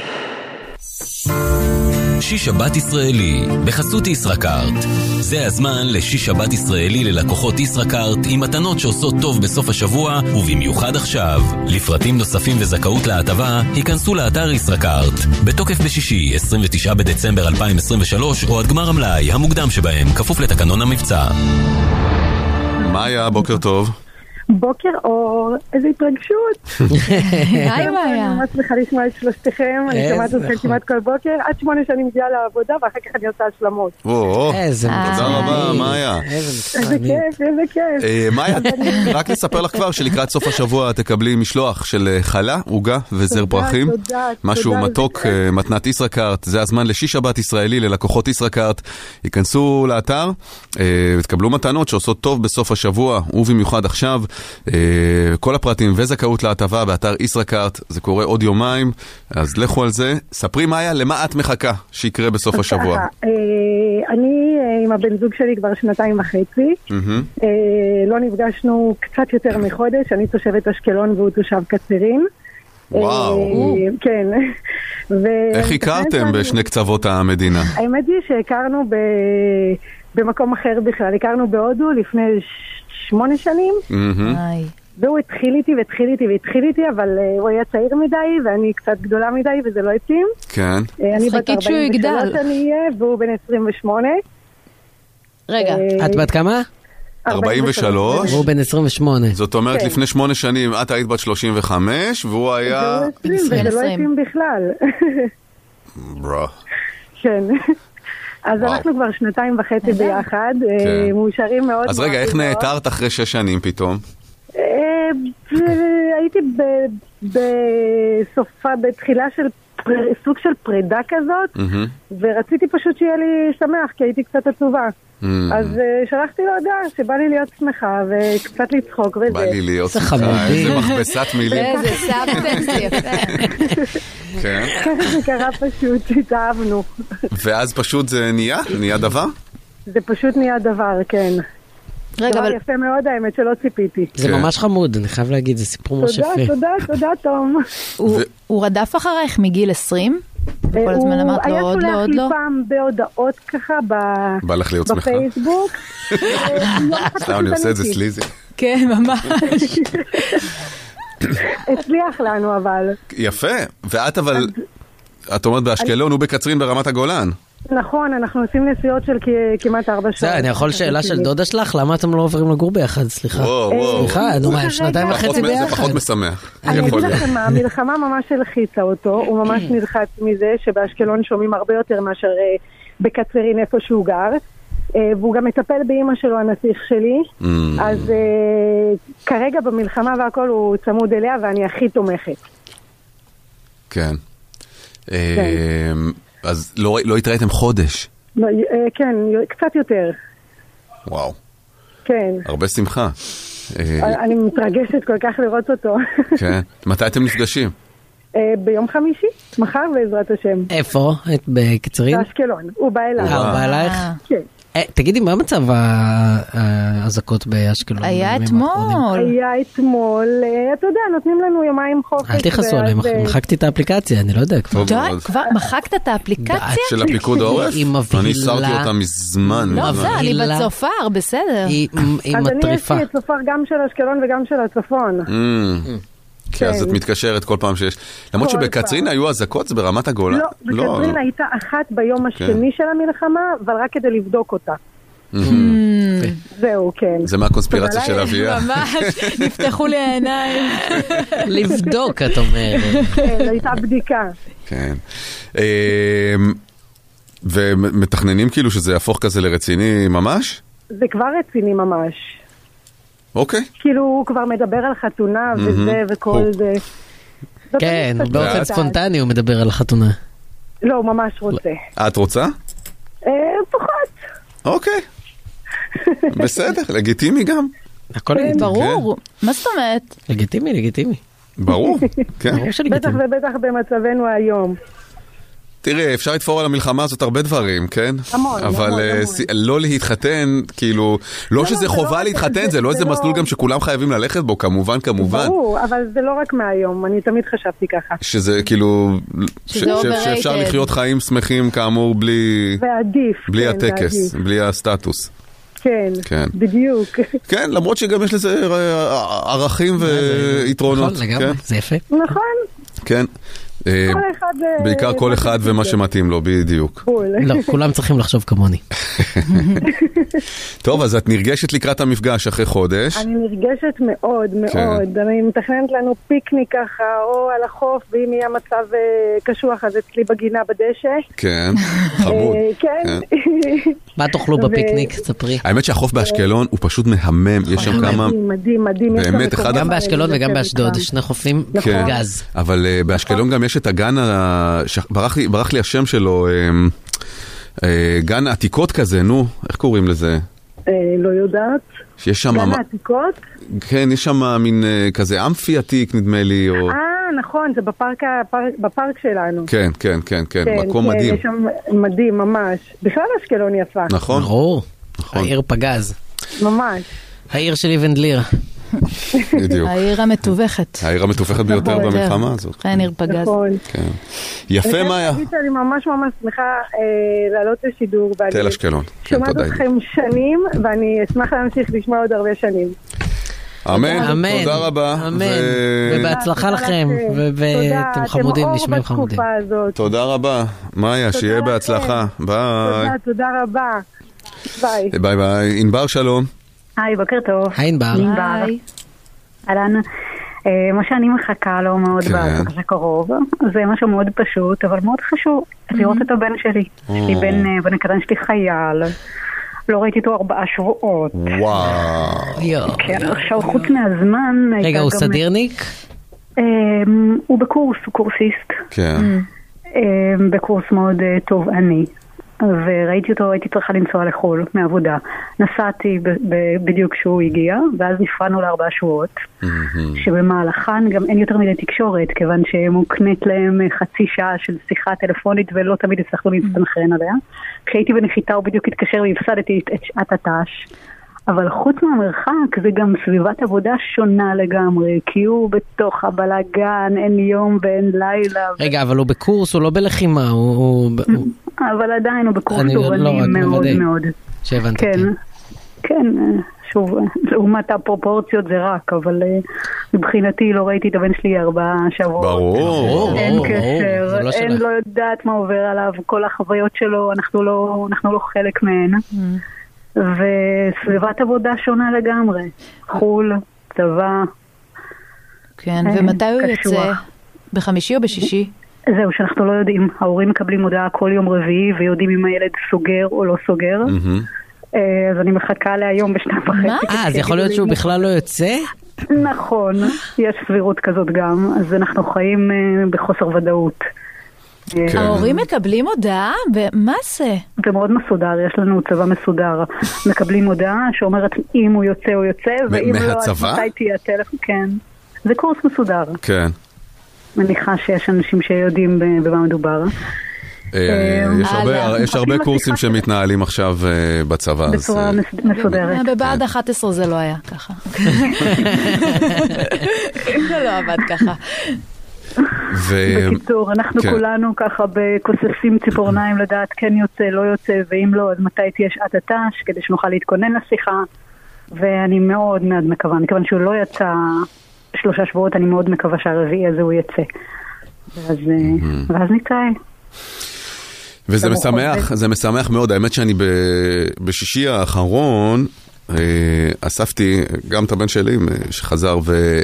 שיש שבת ישראלי בחסות ישראכרט. זה הזמן לשיש שבת ישראלי ללקוחות ישראכרט עם מתנות שעושות טוב בסוף השבוע, ובמיוחד עכשיו. לפרטים נוספים וזכאות להטבה, היכנסו לאתר ישראכרט. בתוקף בשישי, 29 בדצמבר 2023, או עד גמר המלאי המוקדם שבהם, כפוף לתקנון המבצע. מאיה, בוקר טוב. בוקר אור, איזו התרגשות. היי מאיה. אני ממש שמחה לשמוע את שלושתכם, אני שומעת אתכם כמעט כל בוקר, עד 8 שאני מגיעה לעבודה ואחר כך אני עושה השלמות. תודה רבה, מאיה. איזה כיף. מאיה, רק לספר לך כבר שלקראת סוף השבוע תקבלי משלוח של חלה, עוגה וזר פרחים. משהו מתוק, מתנת ישראכרט, זה הזמן לשיש שבת ישראלי ללקוחות ישראכרט. ייכנסו לאתר ותקבלו מתנות שעושות טוב בסוף השבוע, ובמיוחד עכשיו. כל הפרטים וזכאות להטבה באתר ישראכרט, זה קורה עוד יומיים, אז לכו על זה. ספרי מאיה, למה את מחכה שיקרה בסוף השבוע? אני עם הבן זוג שלי כבר 2.5, לא נפגשנו קצת יותר מחודש, אני תושבת אשקלון והוא תושב קצרין. וואו. כן. איך הכרתם בשני קצוות המדינה? האמת היא שהכרנו במקום אחר בכלל. הכרנו בהודו לפני 8 שנים. והוא התחיל איתי, אבל הוא היה צעיר מדי, ואני קצת גדולה מדי, וזה לא התאים. כן. אני בת 43 אני אהיה, והוא בן 28. רגע. את בת כמה? 43. והוא בן 28. זאת אומרת, לפני 8 שנים את היית בת 35, והוא היה... וזה לא התאים בכלל. ברו. כן. אז אנחנו כבר 2.5 ביחד, מאושרים מאוד. אז רגע, איך נעתרת אחרי 6 שנים פתאום? הייתי בתחילה של סוג של פרידה כזאת, ורציתי פשוט שיהיה לי שמח, כי הייתי קצת עצובה. אז שלחתי לו הודעה שבא לי להיות שמחה וקצת לצחוק וזה. בא לי להיות שמחה, איזה מכבסת מילים. איזה סאבטקסט יפה. כן. ככה זה קרה פשוט, התאהבנו. ואז פשוט זה נהיה דבר? זה פשוט נהיה דבר, כן. רגע, אבל... יפה מאוד האמת שלא ציפיתי. זה ממש חמוד, אני חייב להגיד, זה סיפור ממש יפה. תודה, תום. הוא רדף אחריך מגיל 20? כל הזמן אמרת לו עוד לא, עוד לא? הוא היה שולח לי פעם בהודעות ככה בפייסבוק. סתם, אני עושה את זה סליזי. כן, ממש. הצליח לנו אבל. יפה, ואת אבל, את אומרת באשקלון, הוא בקצרין ברמת הגולן. נכון, אנחנו עושים נסיעות של כמעט 4 שעות. אני יכול שאלה של דודה שלך, למה אתם לא עוברים לגור ביחד? סליחה. סליחה, נו מה, 2.5 ביחד. זה פחות משמח. אני אגיד לכם, המלחמה ממש הלחיצה אותו, הוא ממש נלחץ מזה שבאשקלון שומעים הרבה יותר מאשר בקצרין איפה שהוא גר, והוא גם מטפל באמא שלו, הנסיך שלי, אז כרגע במלחמה והכל הוא צמוד אליה ואני הכי תומכת. כן. אז לא התראיתם חודש? כן, קצת יותר. וואו. כן. הרבה שמחה. אני מתרגשת כל כך לראות אותו. כן. מתי אתם נפגשים? ביום חמישי, מחר בעזרת השם. איפה? בקצרין? באשקלון. הוא בא אליי. הוא בא אלייך? כן. תגידי, מה מצב ההזקות באשקלון? היה אתמול, אתה יודע, נותנים לנו יומיים חופש. אל תכעסו עליהם, מחקתי את האפליקציה, אני לא יודע כבר. די, כבר מחקת את האפליקציה? של הפיקוד העורף? אני הסרתי אותה מזמן. לא, זה, אני בצופר, בסדר. היא מטריפה. אז אני יש לי צופר גם של אשקלון וגם של הצפון. כי אז את מתקשרת כל פעם שיש... למרות שבקצרין היו הזקות, זה ברמת הגולן. לא, בקצרין הייתה אחת ביום השני של המלחמה, אבל רק כדי לבדוק אותה. זהו, כן. זה מהקונספירציה של אביה. ממש, נפתחו לי העיניים. לבדוק, את אומרת. כן, הייתה בדיקה. כן. ומתכננים כאילו שזה יהפוך כזה לרציני ממש? זה כבר רציני ממש. אוקיי. כאילו הוא כבר מדבר על חתונה וזה וכל זה. כן, באופן ספונטני הוא מדבר על חתונה. לא, הוא ממש רוצה. את רוצה? פחות. אוקיי. בסדר, לגיטימי גם. הכל לגיטימי. ברור. מה זאת אומרת? לגיטימי. ברור, כן. בטח ובטח במצבנו היום. תראה, אפשר לתפור על המלחמה הזאת הרבה דברים, כן? המון. אבל לא להתחתן, כאילו, לא שזה חובה להתחתן, זה לא איזה מסלול גם שכולם חייבים ללכת בו, כמובן. ברור, אבל זה לא רק מהיום, אני תמיד חשבתי ככה. שזה כאילו, שאפשר לחיות חיים שמחים כאמור בלי הטקס, בלי הסטטוס. כן, בדיוק. כן, למרות שגם יש לזה ערכים ויתרונות. נכון, לגמרי, זה יפה. נכון. כן. בעיקר כל אחד ומה שמתאים לו, בדיוק. לא, כולם צריכים לחשוב כמוני. טוב, אז את נרגשת לקראת המפגש אחרי חודש. אני נרגשת מאוד מאוד. אני מתכננת לנו פיקניק ככה, או על החוף, ואם יהיה מצב קשוח, אז אצלי בגינה בדשא. כן, חמוד. כן. מה תאכלו בפיקניק? ספרי. האמת שהחוף באשקלון הוא פשוט מהמם. יש שם כמה... מדהים. באמת, גם באשקלון וגם באשדוד, שני חופים גז. אבל באשקלון גם יש את הגן, ברח לי השם שלו, גן עתיקות כזה, נו, איך קוראים לזה? לא יודעת. גן העתיקות? כן, יש שם מין כזה אמפי עתיק נדמה לי. נכון, זה בפארק שלנו. כן, מקום מדהים. יש שם מדהים, ממש. בכלל אשקלון יפה. נכון. ברור, העיר פגז. ממש. העיר של אבן דליר. בדיוק. העיר המתווכת. העיר המתווכת ביותר במלחמה הזאת. אחרי ניר פגז. יפה, מאיה. אני ממש ממש שמחה לעלות לשידור. תל אשקלון. שומעת אתכם שנים, ואני אשמח להמשיך לשמוע עוד הרבה שנים. אמן, תודה רבה. אמן, ובהצלחה לכם, ואתם חמודים, נשמעים חמודים. תודה רבה, מאיה, שיהיה בהצלחה. ביי. תודה רבה. ביי. ביי ביי. ענבר, שלום. היי, בוקר טוב. היי ענבר. אהלן. מה שאני מחכה לו מאוד בחודש הקרוב, זה משהו מאוד פשוט, אבל מאוד חשוב, לראות את הבן שלי. יש לי בן הקטן שלי חייל. לא ראיתי אותו 4 שבועות. וואו. כן, עכשיו חוץ מהזמן... רגע, הוא סדירניק? הוא בקורס, הוא קורסיסט. כן. בקורס מאוד תובעני. וראיתי אותו, הייתי צריכה לנסוע לחול מעבודה. נסעתי בדיוק כשהוא הגיע, ואז נפרדנו ל4 שבועות, שבמהלכן גם אין יותר מדי תקשורת, כיוון שמוקנית להם חצי שעה של שיחה טלפונית, ולא תמיד הצלחנו להסתנכרן עליה. כשהייתי בנחיתה הוא בדיוק התקשר והפסדתי את שעת התש. אבל חוץ מהמרחק זה גם סביבת עבודה שונה לגמרי, כי הוא בתוך הבלגן, אין יום ואין לילה. רגע, אבל הוא בקורס, הוא לא בלחימה, אבל עדיין הוא בקורס תורני מאוד מאוד. שהבנתי. כן, שוב, לעומת הפרופורציות זה רק, אבל מבחינתי לא ראיתי את הבן שלי 4 שבועות. ברור. אין קשר, אין לא יודעת מה עובר עליו, כל החוויות שלו, אנחנו לא חלק מהן. וסביבת עבודה שונה לגמרי. חול, צבא. כן, ומתי הוא יוצא? בחמישי או בשישי? זהו, שאנחנו לא יודעים. ההורים מקבלים הודעה כל יום רביעי, ויודעים אם הילד סוגר או לא סוגר. אז אני מחכה להיום ב2:30. אז יכול להיות שהוא בכלל לא יוצא? נכון, יש סבירות כזאת גם. אז אנחנו חיים בחוסר ודאות. ההורים מקבלים הודעה? ומה זה? זה מאוד מסודר, יש לנו צבא מסודר. מקבלים הודעה שאומרת אם הוא יוצא הוא יוצא, ואם לא, אז מתי תהיה הטלפון. כן, זה קורס מסודר. כן. מניחה שיש אנשים שיודעים במה מדובר. יש הרבה קורסים שמתנהלים עכשיו בצבא. בצורה מסודרת. בבה"ד 11 זה לא היה ככה. זה לא עבד ככה. בקיצור, אנחנו כולנו ככה בקוססים ציפורניים לדעת כן יוצא, לא יוצא, ואם לא, אז מתי תהיה שעת התש, כדי שנוכל להתכונן לשיחה, ואני מאוד מאוד מקווה, מכיוון שהוא לא יצא 3 שבועות, אני מאוד מקווה שהרביעי הזה הוא יצא. ואז נתראה. וזה משמח, זה משמח מאוד. האמת שאני בשישי האחרון אספתי גם את הבן שלי שחזר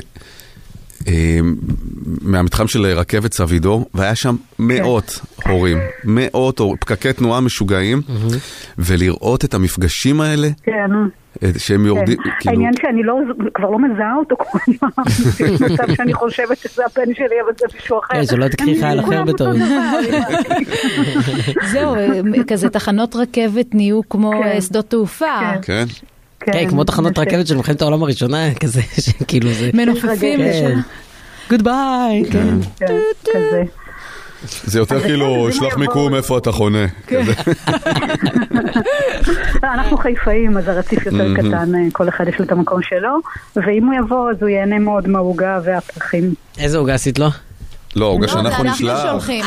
מהמתחם של רכבת סבידור, והיה שם מאות הורים, פקקי תנועה משוגעים, ולראות את המפגשים האלה, שהם יורדים, העניין שאני כבר לא מזהה אותו כל פעם, יש מצב שאני חושבת שזה הבן שלי, אבל זה מישהו אחר. שלא תקחי חייל אחר בתור. זהו, כזה תחנות רכבת נהיו כמו שדות תעופה. כן. כן, כמו תחנות רכבת של מלחמת העולם הראשונה, כזה, שכאילו זה... מנופפים לשם. גוד ביי. כן, כזה. זה יותר כאילו, שלח מיקום איפה אתה חונה. אנחנו חיפאים, אז הרציף יותר קטן, כל אחד יש לו את המקום שלו, ואם הוא יבוא, אז הוא ייהנה מאוד מהעוגה והפרחים. איזה עוגה עשית לו? לא, עוגה שאנחנו נשלח. אנחנו שולחים.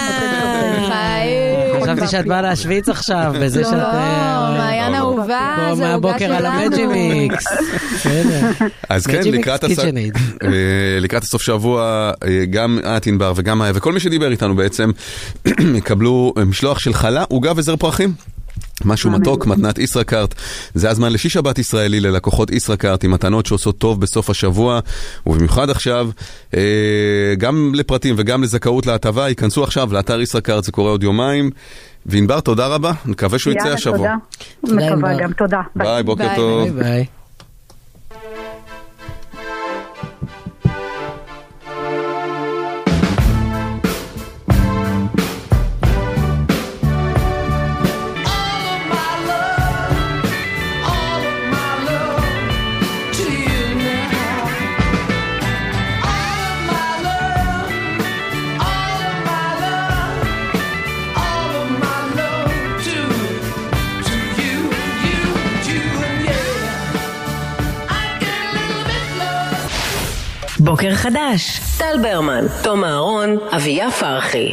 חשבתי שאת באה להשוויץ עכשיו, בזה שאת... לא, מעיין אהובה, זה עוגה שלנו. מהבוקר על המג'ימיקס. אז כן, לקראת הסוף שבוע, גם את ענבר וגם מאיה, וכל מי שדיבר איתנו בעצם, יקבלו משלוח של חלה, עוגה וזר פרחים. משהו מתוק, מתנת ישראכרט. זה הזמן לשיש שבת ישראלי ללקוחות ישראכרט עם מתנות שעושות טוב בסוף השבוע, ובמיוחד עכשיו, גם לפרטים וגם לזכאות להטבה, ייכנסו עכשיו לאתר ישראכרט, זה קורה עוד יומיים. וענבר, תודה רבה, נקווה שהוא יצא השבוע. תודה, מקווה גם, תודה. ביי, בוקר טוב. ביי. בוקר חדש, טל ברמן, תום אהרון, אביה פרחי.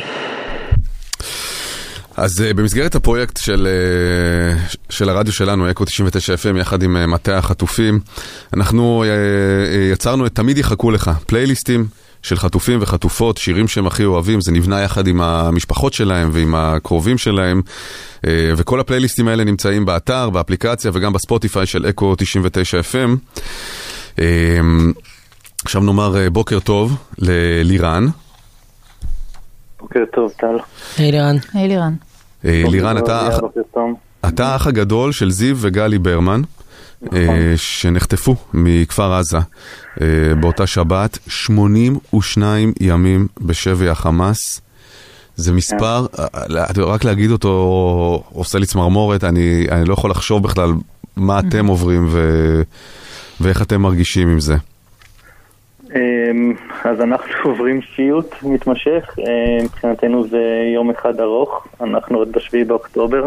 אז במסגרת הפרויקט של הרדיו שלנו, אקו 99 FM, יחד עם מטה החטופים, אנחנו יצרנו את תמיד יחכו לך, פלייליסטים של חטופים וחטופות, שירים שהם הכי אוהבים, זה נבנה יחד עם המשפחות שלהם ועם הקרובים שלהם, וכל הפלייליסטים האלה נמצאים באתר, באפליקציה וגם בספוטיפיי של אקו 99 FM. עכשיו נאמר בוקר טוב ללירן. בוקר טוב, טל. היי לירן. היי לירן. לירן, אתה האח הגדול של זיו וגלי ברמן, שנחטפו מכפר עזה באותה שבת, 82 ימים בשבי החמאס. זה מספר, רק להגיד אותו עושה לי צמרמורת, אני לא יכול לחשוב בכלל מה אתם עוברים ואיך אתם מרגישים עם זה. אז אנחנו עוברים סיוט מתמשך, מבחינתנו זה יום אחד ארוך, אנחנו עוד ב7 באוקטובר,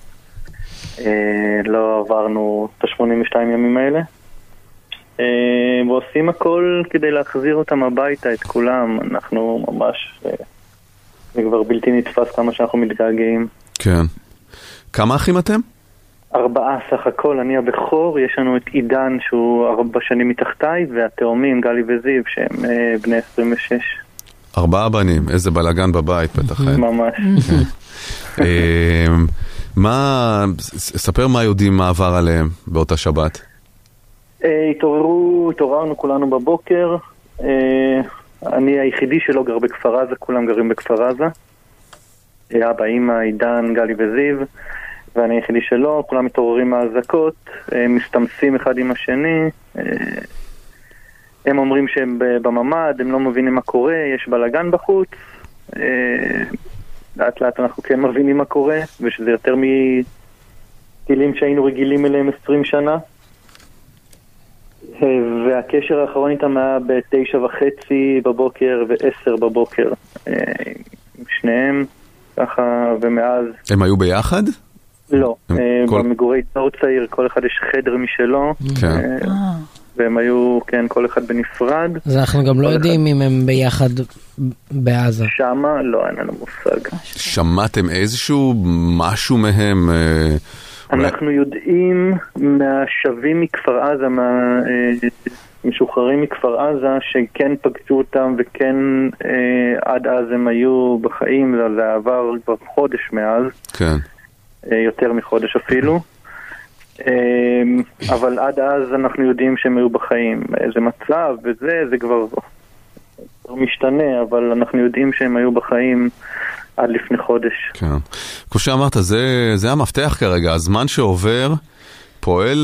לא עברנו את ה82 ימים האלה, ועושים הכל כדי להחזיר אותם הביתה, את כולם, אנחנו ממש, זה כבר בלתי נתפס כמה שאנחנו מתגעגעים. כן. כמה אחים אתם? 4 סך הכל, אני הבכור, יש לנו את עידן שהוא 4 שנים מתחתיי, והתאומים גלי וזיו שהם בני 26. 4 בנים, איזה בלגן בבית בטח. ממש. ספר מה יודעים מה עבר עליהם באותה שבת. התעוררנו כולנו בבוקר, אני היחידי שלא גר בכפר עזה, כולם גרים בכפר עזה. אבא, אמא, עידן, גלי וזיו. ואני היחידי שלא, כולם מתעוררים מהאזעקות, מסתמסים אחד עם השני, הם אומרים שהם בממד, הם לא מבינים מה קורה, יש בלגן בחוץ, לאט לאט אנחנו כן מבינים מה קורה, ושזה יותר מטילים שהיינו רגילים אליהם 20 שנה, והקשר האחרון איתם היה ב9:30 בבוקר ו10 בבוקר, שניהם, ככה, ומאז... הם היו ביחד? לא, במגורי דור צעיר, כל אחד יש חדר משלו, והם היו, כן, כל אחד בנפרד. אז אנחנו גם לא יודעים אם הם ביחד בעזה. שמה, לא, אין לנו מושג. שמעתם איזשהו משהו מהם? אנחנו יודעים מהשבים מכפר עזה, משוחררים מכפר עזה, שכן פגשו אותם וכן עד אז הם היו בחיים, זה עבר כבר חודש מאז. כן. יותר מחודש אפילו, אבל עד אז אנחנו יודעים שהם היו בחיים. איזה מצב וזה, זה כבר משתנה, אבל אנחנו יודעים שהם היו בחיים עד לפני חודש. כן. כמו שאמרת, זה המפתח כרגע, הזמן שעובר פועל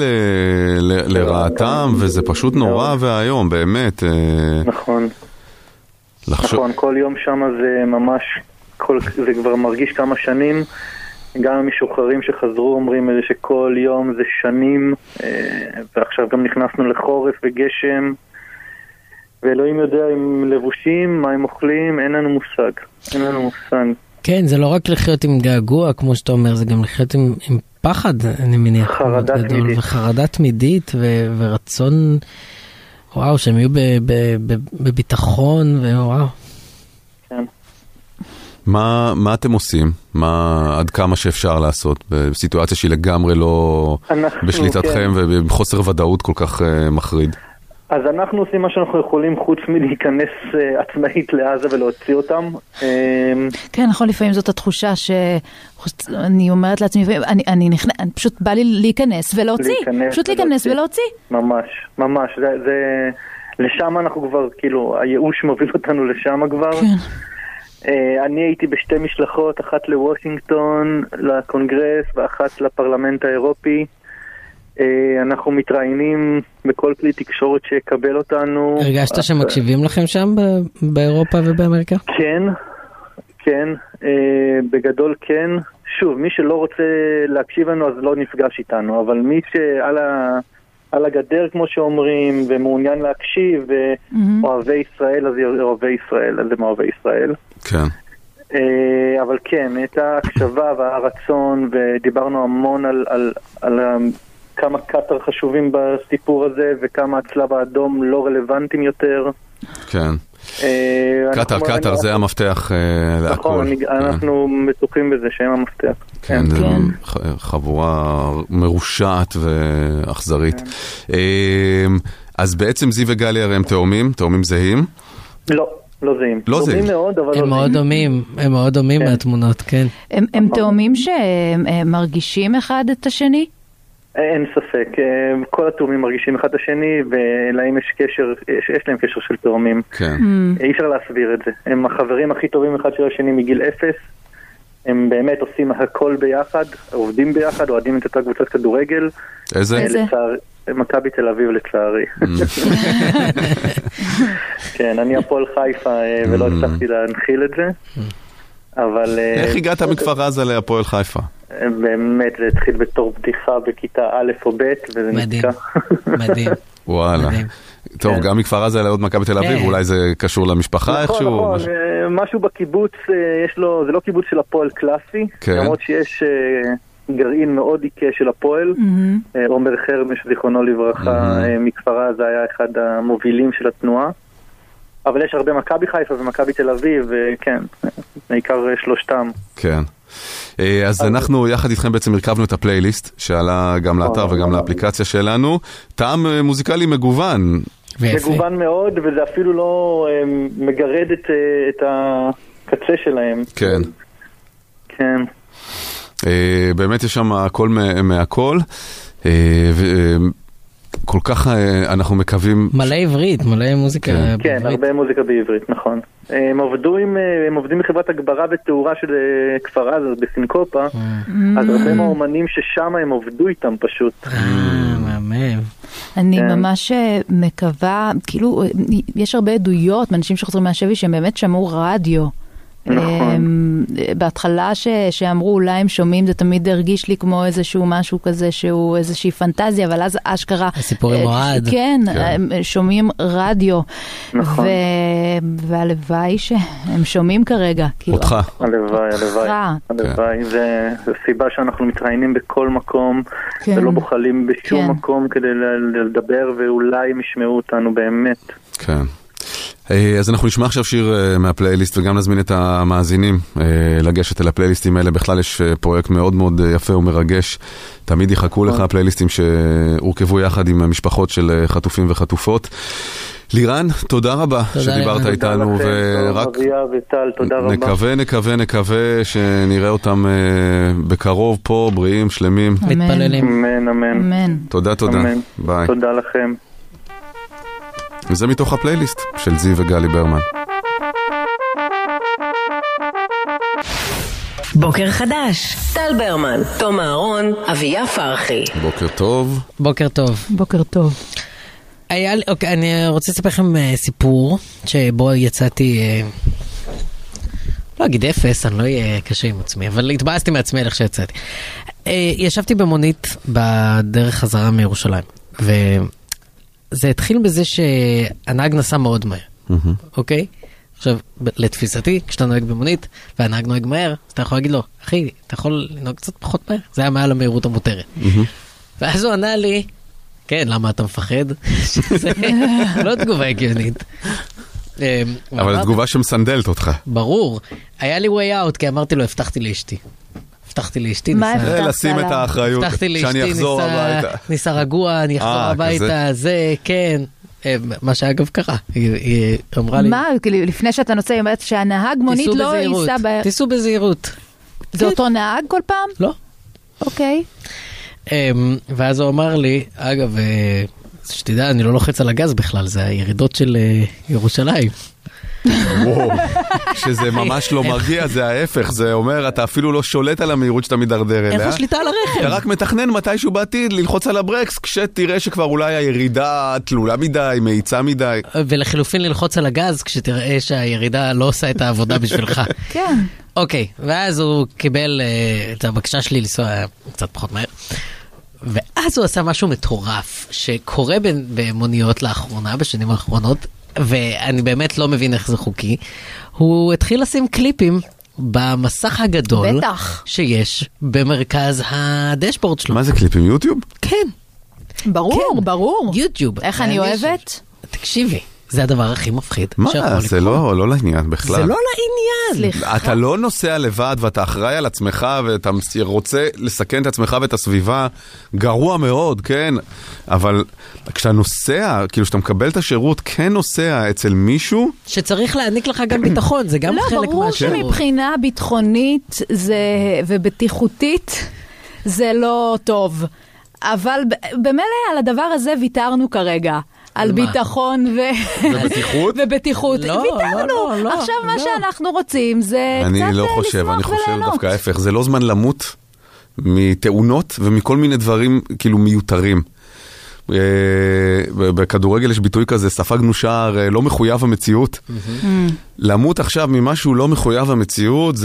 לרעתם, וזה פשוט נורא והיום, באמת. נכון. נכון, כל יום שם זה ממש, זה כבר מרגיש כמה שנים, גם המשוחררים שחזרו אומרים שכל יום זה שנים, ועכשיו גם נכנסנו לחורף וגשם, ואלוהים יודע אם לבושים, מה הם אוכלים, אין לנו מושג. אין לנו מושג. כן, זה לא רק לחיות עם געגוע, כמו שאתה אומר, זה גם לחיות עם פחד, אני מניח. חרדה תמידית. וחרדה תמידית, ורצון, וואו, שהם יהיו בביטחון, וואו. כן. מה אתם עושים? עד כמה שאפשר לעשות בסיטואציה שהיא לגמרי לא בשליטתכם ובחוסר ודאות כל כך מחריד? אז אנחנו עושים מה שאנחנו יכולים חוץ מלהיכנס עצמאית לעזה ולהוציא אותם. כן, נכון, לפעמים זאת התחושה שאני אומרת לעצמי, אני פשוט בא לי להיכנס ולהוציא, פשוט להיכנס ולהוציא. ממש, ממש, לשם אנחנו כבר, כאילו, הייאוש מוביל אותנו לשם כבר. כן. אני הייתי בשתי משלחות, אחת לוושינגטון, לקונגרס, ואחת לפרלמנט האירופי. אנחנו מתראיינים בכל כלי תקשורת שיקבל אותנו. הרגשת שמקשיבים לכם שם באירופה ובאמריקה? כן, כן, בגדול כן. שוב, מי שלא רוצה להקשיב לנו אז לא נפגש איתנו, אבל מי שעל הגדר כמו שאומרים ומעוניין להקשיב ואוהבי ישראל אז אוהבי ישראל, אז הם אוהבי ישראל. כן. אבל כן, הייתה הקשבה והרצון ודיברנו המון על כמה קטר חשובים בסיפור הזה וכמה הצלב האדום לא רלוונטיים יותר. כן. קטר, זה המפתח להכל. נכון, אנחנו בטוחים בזה שהם המפתח. כן, זה חבורה מרושעת ואכזרית. אז בעצם זיו וגלי הרי הם תאומים זהים? לא. לא זהים. לא זהים. הם מאוד דומים, הם מאוד דומים מהתמונות, כן. הם תאומים שמרגישים אחד את השני? אין ספק, כל התאומים מרגישים אחד את השני, ולהם יש להם קשר של תאומים. כן. אי אפשר להסביר את זה. הם החברים הכי טובים אחד של השני מגיל 0, הם באמת עושים הכל ביחד, עובדים ביחד, אוהדים את אותה קבוצת כדורגל. איזה? מכבי תל אביב לצערי. כן, אני הפועל חיפה ולא הצלחתי להנחיל את זה. אבל... איך הגעת מכפר עזה להפועל חיפה? באמת, זה התחיל בתור בדיחה בכיתה א' או ב' וזה נתקע. מדהים. וואלה. טוב, גם מכפר עזה לעוד מכבי בתל אביב, אולי זה קשור למשפחה איכשהו? נכון, משהו בקיבוץ, זה לא קיבוץ של הפועל קלאסי, למרות שיש גרעין מאוד עיקה של הפועל. עומר חרמש, זיכרונו לברכה, מכפר עזה היה אחד המובילים של התנועה. אבל יש הרבה מכבי חיפה ומכבי תל אביב, וכן, בעיקר שלושתם. כן. אז אנחנו יחד איתכם בעצם הרכבנו את הפלייליסט, שעלה גם לאתר וגם לאפליקציה שלנו. טעם מוזיקלי מגוון. מגוון מאוד, וזה אפילו לא מגרד את הקצה שלהם. כן. כן. באמת יש שם הכל מהכל, כל כך אנחנו מקווים... מלא עברית, מלא מוזיקה בעברית. כן, הרבה מוזיקה בעברית, נכון. הם עובדים בחברת הגברה ותאורה של כפר עזה, בסינקופה, אז הרבה מהאומנים ששם הם עובדו איתם פשוט. מהמם. אני ממש מקווה, כאילו, יש הרבה עדויות מאנשים שחוזרים מהשבי שהם באמת שמעו רדיו. בהתחלה שאמרו אולי הם שומעים, זה תמיד הרגיש לי כמו איזשהו משהו כזה שהוא איזושהי פנטזיה, אבל אז אשכרה הסיפורים מועד, כן, שומעים רדיו, והלוואי שהם שומעים כרגע אותך, הלוואי, זה סיבה שאנחנו מתראיינים בכל מקום ולא בוחלים בשום מקום כדי לדבר, ואולי הם ישמעו אותנו באמת. כן. אז אנחנו נשמע עכשיו שיר מהפלייליסט, וגם נזמין את המאזינים לגשת אל הפלייליסטים האלה. בכלל יש פרויקט מאוד מאוד יפה ומרגש. תמיד יחכו לך הפלייליסטים שהורכבו יחד עם המשפחות של חטופים וחטופות. לירן, תודה רבה שדיברת איתנו, ורק נקווה שנראה אותם בקרוב פה, בריאים, שלמים. מתפללים. אמן. תודה. ביי. תודה לכם. וזה מתוך הפלייליסט של זיו וגלי ברמן. בוקר חדש, טל ברמן, תום אהרון, אביה פרחי. בוקר טוב. בוקר טוב. בוקר טוב. אוקיי, אני רוצה לספר לכם סיפור שבו יצאתי, לא אגיד אפס, אני לא אהיה קשה עם עצמי, אבל התבאסתי מעצמי איך שיצאתי. ישבתי במונית בדרך חזרה מירושלים, זה התחיל בזה שהנהג נסע מאוד מהר, אוקיי? עכשיו, לתפיסתי, כשאתה נוהג במונית, והנהג נוהג מהר, אז אתה יכול להגיד לו, אחי, אתה יכול לנהוג קצת פחות מהר? זה היה מעל המהירות המותרת. ואז הוא ענה לי, כן, למה אתה מפחד? שזה לא תגובה הגיונית. אבל תגובה שמסנדלת אותך. ברור. היה לי way out, כי אמרתי לו, הבטחתי לאשתי, לשים את האחריות, שאני אחזור הביתה. ניסה רגוע, אני אחזור הביתה, זה, כן. מה שאגב קרה, היא אמרה לי... מה, לפני שאתה נוסע, היא אומרת שהנהג מונית לא ייסע... תיסעו בזהירות. זה אותו נהג כל פעם? לא. אוקיי. ואז הוא אמר לי, אגב, שתדע, אני לא לוחץ על הגז בכלל, זה הירידות של ירושלים. וואו, שזה ממש לא מרגיע, זה ההפך, זה אומר, אתה אפילו לא שולט על המהירות שאתה מדרדר אליה. איפה שליטה על הרכב? אתה רק מתכנן מתישהו בעתיד ללחוץ על הברקס, כשתראה שכבר אולי הירידה תלולה מדי, מאיצה מדי. ולחילופין ללחוץ על הגז, כשתראה שהירידה לא עושה את העבודה בשבילך. כן. אוקיי, ואז הוא קיבל את הבקשה שלי לנסוע קצת פחות מהר. ואז הוא עשה משהו מטורף, שקורה במוניות לאחרונה, בשנים האחרונות, ואני באמת לא מבין איך זה חוקי. הוא התחיל לשים קליפים במסך הגדול שיש במרכז הדשבורד שלו. מה זה קליפים? יוטיוב? כן. ברור, ברור. יוטיוב. איך אני אוהבת? תקשיבי, זה הדבר הכי מפחיד. מה? זה לא לעניין בכלל. זה לא לעניין. אתה לא נוסע לבד ואתה אחראי על עצמך ואתה רוצה לסכן את עצמך ואת הסביבה, גרוע מאוד, כן? אבל כשאתה נוסע, כאילו שאתה מקבל את השירות, כן נוסע אצל מישהו... שצריך להעניק לך גם ביטחון, זה גם חלק מהשירות. לא, ברור שמבחינה ביטחונית ובטיחותית זה לא טוב. אבל במילא על הדבר הזה ויתרנו כרגע. על ביטחון ובטיחות. ויתרנו. עכשיו מה שאנחנו רוצים זה קצת לשמוח ולהנות. אני לא חושב, אני חושב דווקא ההפך. זה לא זמן למות מתאונות ומכל מיני דברים כאילו מיותרים. בכדורגל יש ביטוי כזה, ספגנו שער לא מחויב המציאות. למות עכשיו ממשהו לא מחויב המציאות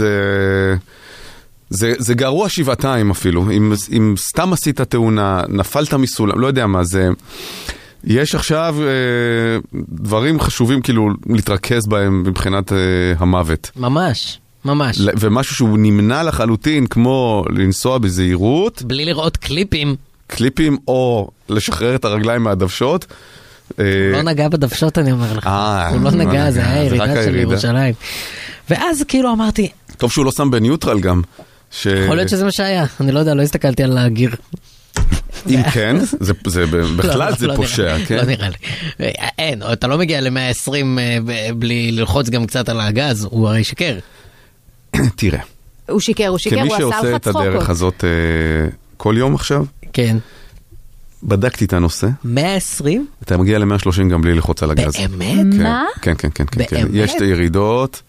זה גרוע שבעתיים אפילו. אם סתם עשית תאונה, נפלת מסולם, לא יודע מה זה... יש עכשיו דברים חשובים כאילו להתרכז בהם מבחינת המוות. ממש, ממש. ומשהו שהוא נמנע לחלוטין, כמו לנסוע בזהירות. בלי לראות קליפים. קליפים או לשחרר את הרגליים מהדוושות. הוא לא נגע בדוושות, אני אומר לך. הוא לא נגע, זה היה ירידה של ירושלים. ואז כאילו אמרתי... טוב שהוא לא שם בניוטרל גם. יכול להיות שזה מה שהיה, אני לא יודע, לא הסתכלתי על הגיר. אם כן, בכלל זה פושע, כן? לא נראה לי. אין, אתה לא מגיע ל-120 בלי ללחוץ גם קצת על הגז, הוא הרי שיקר. תראה. הוא שיקר, הוא עשה לך צחוק. כמי שעושה את הדרך הזאת כל יום עכשיו, כן. בדקתי את הנושא. 120? אתה מגיע ל-130 גם בלי ללחוץ על הגז. באמת? מה? כן. יש את הירידות,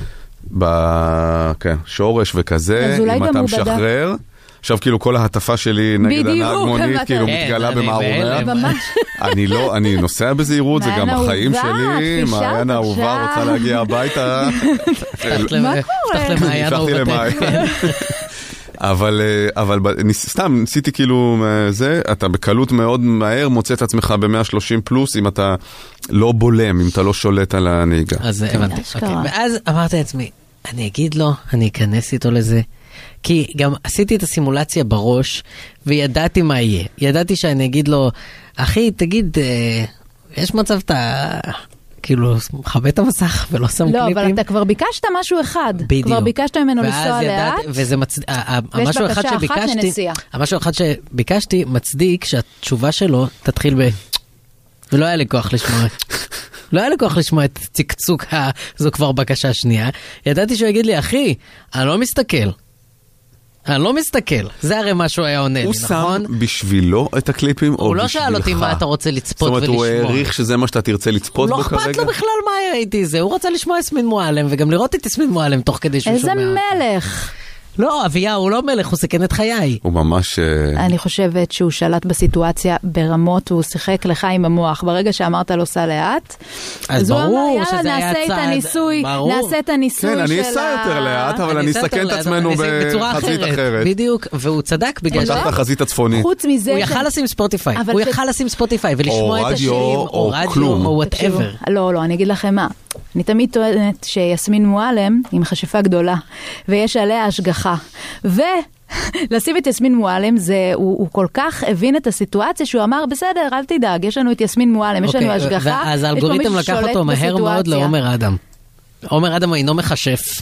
בשורש וכזה, אם אתה משחרר. עכשיו כאילו כל ההטפה שלי נגד הנהג מונית כאילו מתגלה במערומיה. אני נוסע בזהירות, זה גם החיים שלי, מעיין האהובה רוצה להגיע הביתה. מה קורה? נפתחתי למים. אבל סתם ניסיתי כאילו זה, אתה בקלות מאוד מהר מוצא את עצמך ב-130 פלוס אם אתה לא בולם, אם אתה לא שולט על הנהיגה. אז הבנתי. ואז אמרתי לעצמי, אני אגיד לו, אני אכנס איתו לזה. כי גם עשיתי את הסימולציה בראש, וידעתי מה יהיה. ידעתי שאני אגיד לו, אחי, תגיד, יש מצב אתה, כאילו, מכבה את המסך ולא שם קליפים? לא, אבל אתה כבר ביקשת משהו אחד. בדיוק. כבר ביקשת ממנו לנסוע לאט, וזה ויש בקשה אחת לנסיעה. המשהו אחד שביקשתי מצדיק שהתשובה שלו תתחיל ולא היה לי כוח לשמוע. לא היה לי כוח לשמוע את צקצוק זו כבר בקשה שנייה. ידעתי שהוא יגיד לי, אחי, אני לא מסתכל. זה הרי מה שהוא היה עונה לי, נכון? הוא שם בשבילו את הקליפים או בשבילך? הוא לא שאל אותי מה אתה רוצה לצפות ולשמוע. זאת אומרת, הוא העריך שזה מה שאתה תרצה לצפות בו כרגע? לא אכפת לו בכלל מה הייתי זה. הוא רצה לשמוע יסמין מועלם, וגם לראות את יסמין מועלם תוך כדי שהוא שומע. איזה מלך. לא, אביה, הוא לא מלך, הוא סיכן את חיי. הוא ממש... אני חושבת שהוא שלט בסיטואציה ברמות, והוא שיחק לך עם המוח. ברגע שאמרת לו סע לאט, אז ברור שזה היה צעד. נעשה את הניסוי של... כן, אני אסע יותר לאט, אבל אני אסכן את עצמנו בחזית אחרת. בדיוק, והוא צדק בגלל פתח את החזית הצפונית. חוץ מזה... הוא יכל לשים ספוטיפיי, ולשמוע את השירים, או רדיו, או whatever. לא, אני אגיד לכם מה. אני תמיד טוענת שיסמין מועלם עם חשיפה גדולה, ויש עליה השגחה. ולשים את יסמין מועלם, הוא כל כך הבין את הסיטואציה, שהוא אמר, בסדר, אל תדאג, יש לנו את יסמין מועלם, יש לנו השגחה. אז האלגוריתם לקח אותו מהר מאוד לעומר אדם. עומר אדם אינו מחשף.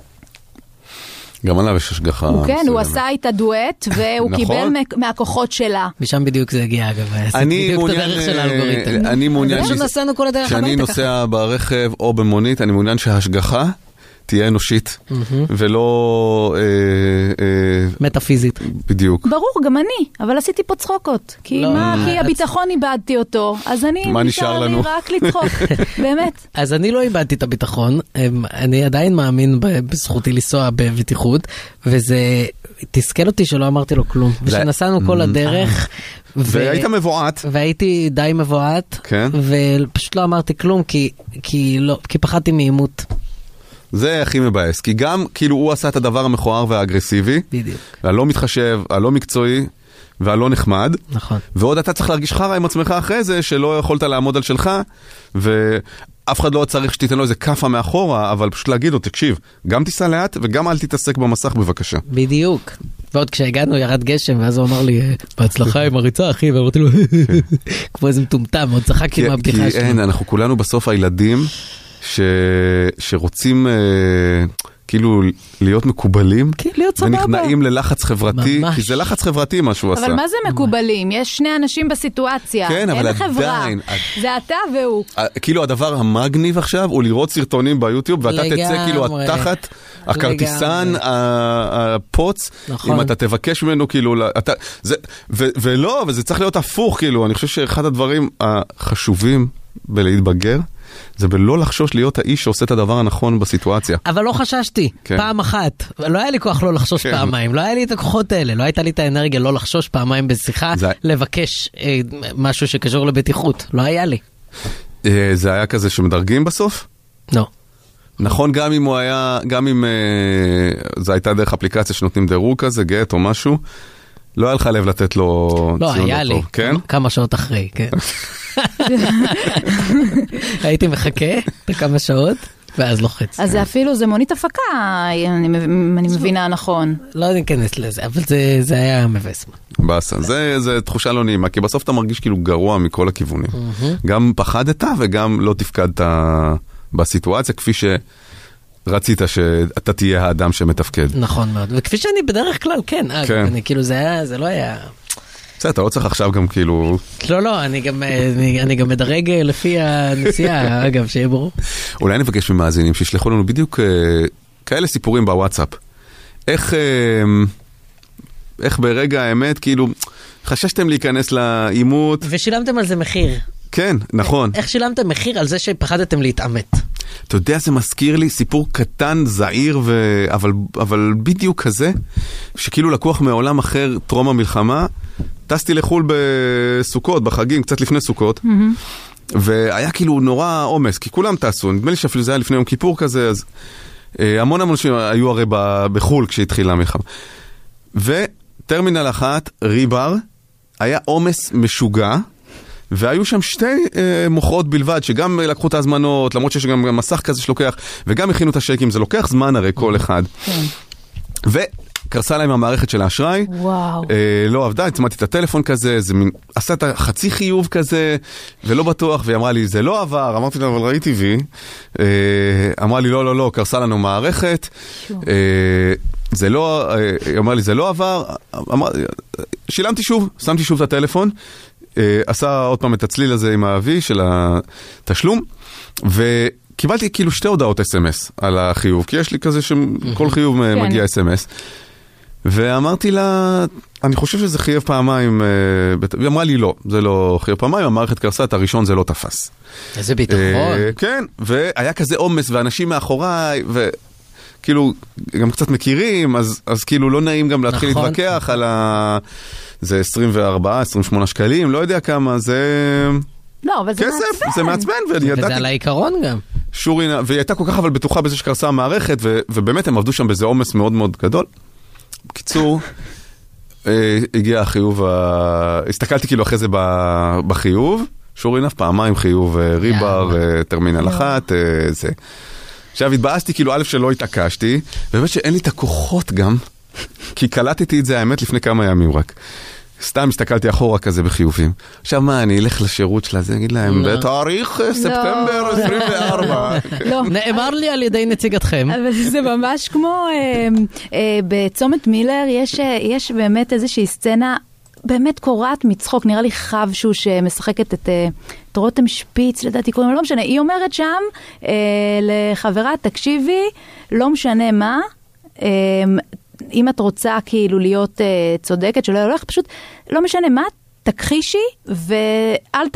גם עליו יש השגחה. כן, הוא עשה איתה דואט, והוא קיבל מהכוחות שלה. משם בדיוק זה הגיע, אגב. אני מעוניין, כשאני נוסע ברכב או במונית, אני מעוניין שההשגחה תהיה אנושית, ולא... מטאפיזית. בדיוק. ברור, גם אני, אבל עשיתי פה צחוקות. כי הביטחון איבדתי אותו, אז אני נשאר לי רק לצחוק, באמת. אז אני לא איבדתי את הביטחון, אני עדיין מאמין בזכותי לנסוע בבטיחות, וזה תסכל אותי שלא אמרתי לו כלום. ושנסענו כל הדרך... והיית מבועת. והייתי די מבועת, ופשוט לא אמרתי כלום, כי פחדתי מאימות. זה הכי מבאס, כי גם כאילו הוא עשה את הדבר המכוער והאגרסיבי, בדיוק. והלא מתחשב, הלא מקצועי, והלא נחמד. נכון. ועוד אתה צריך להרגיש חרא עם עצמך אחרי זה, שלא יכולת לעמוד על שלך, אף אחד לא צריך שתיתן לו איזה קפה מאחורה, אבל פשוט להגיד לו, תקשיב, גם תיסע לאט וגם אל תתעסק במסך בבקשה. בדיוק. ועוד כשהגענו ירד גשם, ואז הוא אמר לי, בהצלחה עם הריצה, אחי, ואמרתי לו, כמו איזה מטומטם, עוד צחק עם הבדיחה שלו. כי אין, אנחנו כולנו בסוף הילדים שרוצים כאילו להיות מקובלים, ונכנעים ללחץ חברתי, כי זה לחץ חברתי מה שהוא עשה. אבל מה זה מקובלים? יש שני אנשים בסיטואציה, אין חברה, זה אתה והוא. כאילו הדבר המגניב עכשיו הוא לראות סרטונים ביוטיוב, ואתה תצא כאילו התחת, הכרטיסן, הפוץ, אם אתה תבקש ממנו כאילו, ולא, וזה צריך להיות הפוך כאילו, אני חושב שאחד הדברים החשובים בלהתבגר, זה בלא לחשוש להיות האיש שעושה את הדבר הנכון בסיטואציה. אבל לא חששתי, פעם אחת. לא היה לי כוח לא לחשוש פעמיים, לא היה לי את הכוחות האלה, לא הייתה לי את האנרגיה לא לחשוש פעמיים בשיחה, לבקש משהו שקשור לבטיחות, לא היה לי. זה היה כזה שמדרגים בסוף? לא. נכון, גם אם הוא היה, גם אם זה הייתה דרך אפליקציה שנותנים דירוג כזה, גט או משהו, לא היה לך לב לתת לו ציון לא, היה לי, כמה שעות אחרי, כן. הייתי מחכה כמה שעות, ואז לוחץ. אז זה אפילו, זה מונית הפקה, אני מבינה נכון. לא ניכנס לזה, אבל זה היה מבס. בסדר, זה תחושה לא נעימה, כי בסוף אתה מרגיש כאילו גרוע מכל הכיוונים. גם פחדת וגם לא תפקדת בסיטואציה, כפי רצית שאתה תהיה האדם שמתפקד. נכון מאוד, וכפי שאני בדרך כלל כן, אני כאילו זה לא היה... בסדר, אתה לא צריך עכשיו גם כאילו... לא, אני גם מדרג לפי הנסיעה, אגב, שיהיה ברור. אולי נבקש ממאזינים שישלחו לנו בדיוק כאלה סיפורים בוואטסאפ. איך ברגע האמת, כאילו, חששתם להיכנס לאימות... ושילמתם על זה מחיר. כן, נכון. איך שילמתם מחיר על זה שפחדתם להתאמת? אתה יודע, זה מזכיר לי סיפור קטן, זעיר, אבל בדיוק כזה, שכאילו לקוח מעולם אחר טרום המלחמה, טסתי לחול בסוכות, בחגים, קצת לפני סוכות, והיה כאילו נורא עומס, כי כולם טסו, נדמה לי שאפילו זה היה לפני יום כיפור כזה, אז המון אנשים היו הרי בחול כשהתחילה המלחמה. וטרמינל אחת, ריבר, היה עומס משוגע, והיו שם שתי מוכרות בלבד, שגם לקחו את הזמנות, למרות שיש גם מסך כזה שלוקח, וגם הכינו את השקים, זה לוקח זמן הרי כל אחד. וקרסה להם המערכת של האשראי, לא עבדה, הצמדתי את הטלפון כזה, זה מין, עשה את החצי חיוב כזה, ולא בטוח, והיא אמרה לי, זה לא עבר, אמרתי לה, אבל ראיתי וי, אמרה לי, לא, קרסה לנו מערכת, זה לא, היא אמרה לי, זה לא עבר, שילמתי שוב, שמתי שוב את הטלפון, עשה עוד פעם את הצליל הזה עם האבי של התשלום, וקיבלתי כאילו שתי הודעות SMS על החיוב, כי יש לי כזה שכל חיוב מגיע SMS, ואמרתי לה, אני חושב שזה חייב פעמיים, היא אמרה לי לא, זה לא חייב פעמיים, המערכת קרסה, את הראשון זה לא תפס. איזה ביטחון. כן, והיה כזה עומס, ואנשים מאחוריי, וכאילו גם קצת מכירים, אז כאילו לא נעים גם להתחיל להתווכח על זה 24, 28 שקלים, לא יודע כמה, זה... לא, אבל זה כסף, זה מעצבן. וזה על העיקרון גם. שורינה, והיא הייתה כל כך אבל בטוחה בזה שקרסה המערכת, ובאמת הם עבדו שם באיזה עומס מאוד מאוד גדול. בקיצור, הגיע החיוב, הסתכלתי כאילו אחרי זה בחיוב, שורינה, פעמיים חיוב ריבר, טרמינל אחת, זה. עכשיו התבאסתי כאילו א' שלא התעקשתי, ובאמת שאין לי את הכוחות גם, כי קלטתי את זה האמת לפני כמה ימים רק. סתם הסתכלתי אחורה כזה בחיובים. עכשיו מה, אני אלך לשירות שלה, זה אגיד להם, בתאריך ספטמבר 24. לא. נאמר לי על ידי נציגתכם. אבל זה ממש כמו, בצומת מילר יש באמת איזושהי סצנה, באמת קוראת מצחוק, נראה לי חבשו שמשחקת את רותם שפיץ, לדעתי קוראים, לא משנה, היא אומרת שם לחברה, תקשיבי, לא משנה מה, אם את רוצה כאילו להיות צודקת, שלא הולך, פשוט לא משנה מה, תכחישי, ואל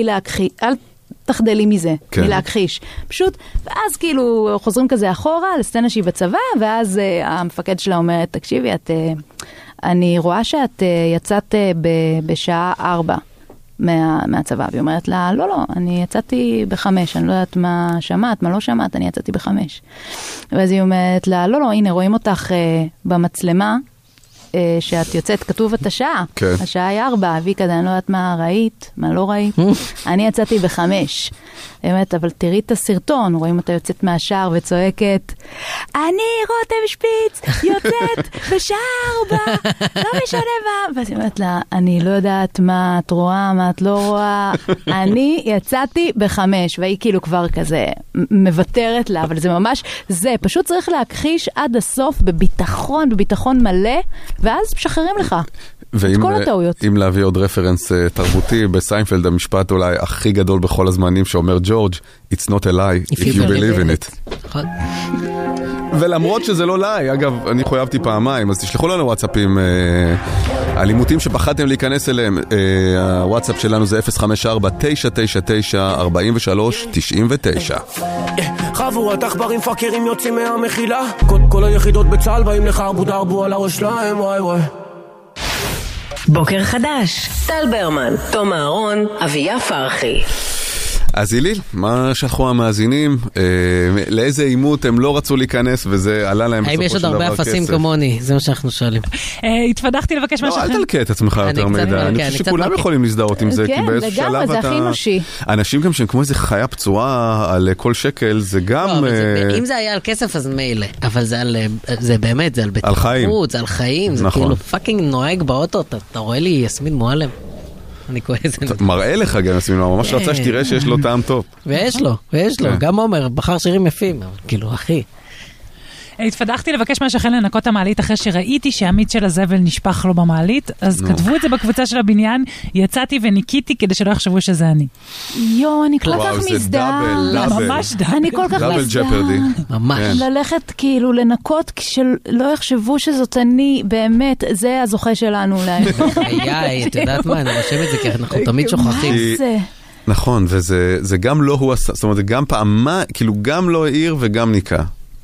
תחדלי מזה, מלהכחיש. פשוט, ואז כאילו חוזרים כזה אחורה, לסצנה שהיא בצבא, ואז המפקד שלה אומרת, תקשיבי, אני רואה שאת יצאת בשעה 4 מהצבא, והיא אומרת לה, לא, אני יצאתי ב5, אני לא יודעת מה שמעת, מה לא שמעת, אני יצאתי ב5. ואז היא אומרת לה, לא, הנה, רואים אותך במצלמה, שאת יוצאת, כתוב את השעה. כן. השעה היא 4, ויקה, אני לא יודעת מה ראית, מה לא ראית. אני יצאתי ב5. באמת, אבל תראי את הסרטון, רואים אותה יוצאת מהשער וצועקת, אני רותם שפיץ, יוצאת בשעה 4, לא משנה מה. ואז היא אומרת לה, אני לא יודעת מה את רואה, מה את לא רואה, אני יצאתי ב5, והיא כאילו כבר כזה מבטרת לה, אבל זה ממש, זה פשוט צריך להכחיש עד הסוף בביטחון מלא, ואז משחררים לך. את כל הטעויות. אם להביא עוד רפרנס תרבותי, בסיינפלד המשפט אולי הכי גדול בכל הזמנים שאומר ג'ורג', It's not a lie if you believe in it. ולמרות שזה לא לי, אגב, אני חויבתי פעמיים, אז תשלחו לנו וואטסאפים, הלימותים שפחדתם להיכנס אליהם, הוואטסאפ שלנו זה 054-999-4399. חבורת עכברים פאקרים יוצאים מהמחילה, כל היחידות בצהל באים לך ארבו על הראש שלהם, וואי וואי. בוקר חדש, טל ברמן, תום אהרון, אביה פרחי. אז איליל, מה שלחו המאזינים? לאיזה אימות הם לא רצו להיכנס וזה עלה להם בסופו של דבר כסף? האם יש עוד הרבה אפסים כמוני? זה מה שאנחנו שואלים. התפדחתי לבקש משהו אחר. לא, אל תלקה את עצמך יותר מידע. אני חושב שכולם יכולים להזדהות עם זה, כי באיזשהו שלב אתה... כן, לגמרי, זה הכי אנושי. אנשים גם שהם כמו איזה חיה פצועה על כל שקל, זה גם... אם זה היה על כסף אז מילא, אבל זה באמת, זה על בטיחות, זה על חיים, זה כאילו פאקינג נוהג באוטו, אתה רואה לי יסמין מועלם. אני כועסת. מראה לך גם יסמין, ממש רצה שתראה שיש לו טעם טוב. ויש לו, גם עומר, בחר שירים יפים, כאילו, אחי. התפדחתי לבקש מהשכן לנקות המעלית אחרי שראיתי שהמיץ של הזבל נשפך לו במעלית, אז כתבו את זה בקבוצה של הבניין, יצאתי וניקיתי כדי שלא יחשבו שזה אני. יו, אני כל כך מזדהה. ממש דאבל. אני כל כך מזדהה. ממש. ללכת כאילו לנקות כשלא יחשבו שזאת אני, באמת, זה הזוכה שלנו אולי. את יודעת מה, אני רושם את זה כי אנחנו תמיד שוכחים. מה זה? נכון, וזה גם לא הוא עשה, זאת אומרת, זה גם פעמה, כאילו גם לא העיר וגם ניקה.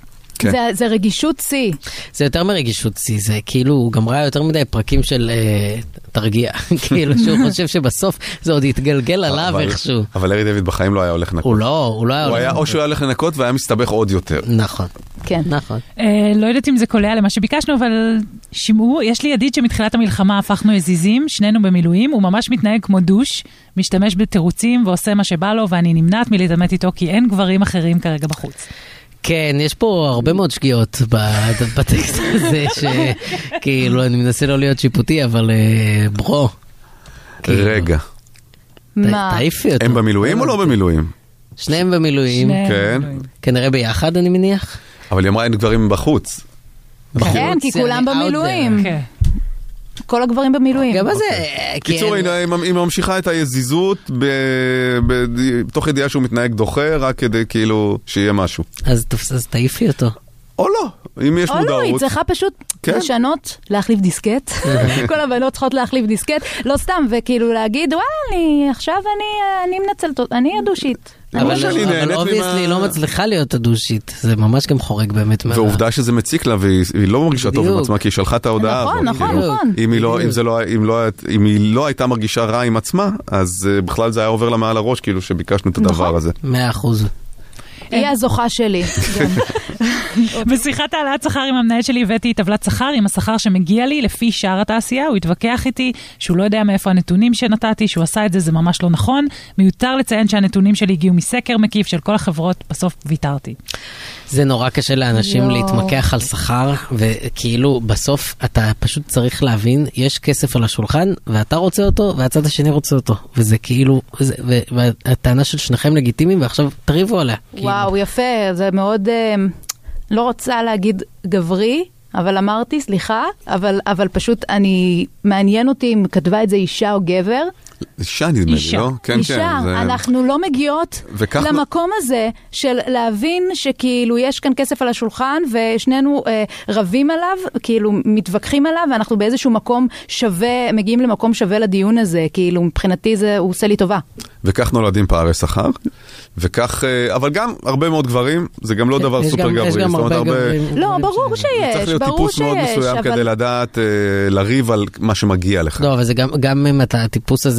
זה רגישות צי. זה יותר מרגישות צי, זה כאילו, הוא גם ראה יותר מדי פרקים של תרגיע, כאילו שהוא חושב שבסוף זה עוד יתגלגל עליו איכשהו. אבל לארי דיוויד בחיים לא היה הולך לנקות. הוא לא היה או שהוא היה הולך לנקות והיה מסתבך עוד יותר. נכון. כן. נכון. לא יודעת אם זה קולע למה שביקשנו, אבל שמעו, יש לי ידיד שמתחילת המלחמה הפכנו עזיזים, שנינו במילואים, הוא ממש מתנהג כמו דוש, משתמש בתירוצים ועושה מה שבא לו, ואני נמנעת מלהתעמת איתו, כי אין גברים אחרים כרגע בחוץ. כן, יש פה הרבה מאוד שגיאות בטקסט הזה, שכאילו אני מנסה לא להיות שיפוטי, אבל ברו. רגע. תעיפי אותו. הם במילואים או לא במילואים? שניהם במילואים. כן. כנראה ביחד אני מניח. אבל היא אמרה אין גברים בחוץ. כן, כי כולם במילואים. כל הגברים במילואים. גם אז זה... קיצור, היא ממשיכה את היזיזות בתוך ידיעה שהוא מתנהג דוחה, רק כדי כאילו שיהיה משהו. אז תעיפי אותו. או לא, אם יש מודעות. או לא, היא צריכה פשוט לשנות, להחליף דיסקט. כל הבנות צריכות להחליף דיסקט. לא סתם, וכאילו להגיד, וואי, עכשיו אני מנצלת, אני הדושית. אבל אובייסלי לא מצליחה להיות הדושית. זה ממש גם חורג באמת. ועובדה שזה מציק לה, והיא לא מרגישה טוב עם עצמה, כי היא שלחה את ההודעה הזאת. נכון. אם היא לא הייתה מרגישה רע עם עצמה, אז בכלל זה היה עובר לה מעל הראש, כאילו שביקשנו את הדבר הזה. 100%. היא הזוכה שלי. בשיחת העלאת שכר עם המנהל שלי הבאתי טבלת שכר עם השכר שמגיע לי לפי שער התעשייה, הוא התווכח איתי שהוא לא יודע מאיפה הנתונים שנתתי, שהוא עשה את זה, זה ממש לא נכון. מיותר לציין שהנתונים שלי הגיעו מסקר מקיף של כל החברות, בסוף ויתרתי. זה נורא קשה לאנשים להתמקח על שכר, וכאילו בסוף אתה פשוט צריך להבין, יש כסף על השולחן, ואתה רוצה אותו, והצד השני רוצה אותו. וזה כאילו, והטענה של שניכם לגיטימיים, ועכשיו תריבו עליה. וואו, יפה, זה מאוד, לא רוצה להגיד גברי, אבל אמרתי, סליחה, אבל פשוט מעניין אותי אם כתבה את זה אישה או גבר. אישה נדמה לי, לא? כן, אישה, אנחנו לא מגיעות למקום הזה של להבין שכאילו יש כאן כסף על השולחן ושנינו רבים עליו, כאילו מתווכחים עליו, ואנחנו באיזשהו מקום שווה, מגיעים למקום שווה לדיון הזה, כאילו מבחינתי זה, הוא עושה לי טובה. וכך נולדים פערי שכר, וכך, אבל גם הרבה מאוד גברים, זה גם לא דבר סופר גברי. יש גם הרבה גברים. לא, ברור שיש, צריך להיות טיפוס מאוד מסוים כדי לדעת, לריב על מה שמגיע לך. לא, אבל זה גם אם אתה הטיפוס הזה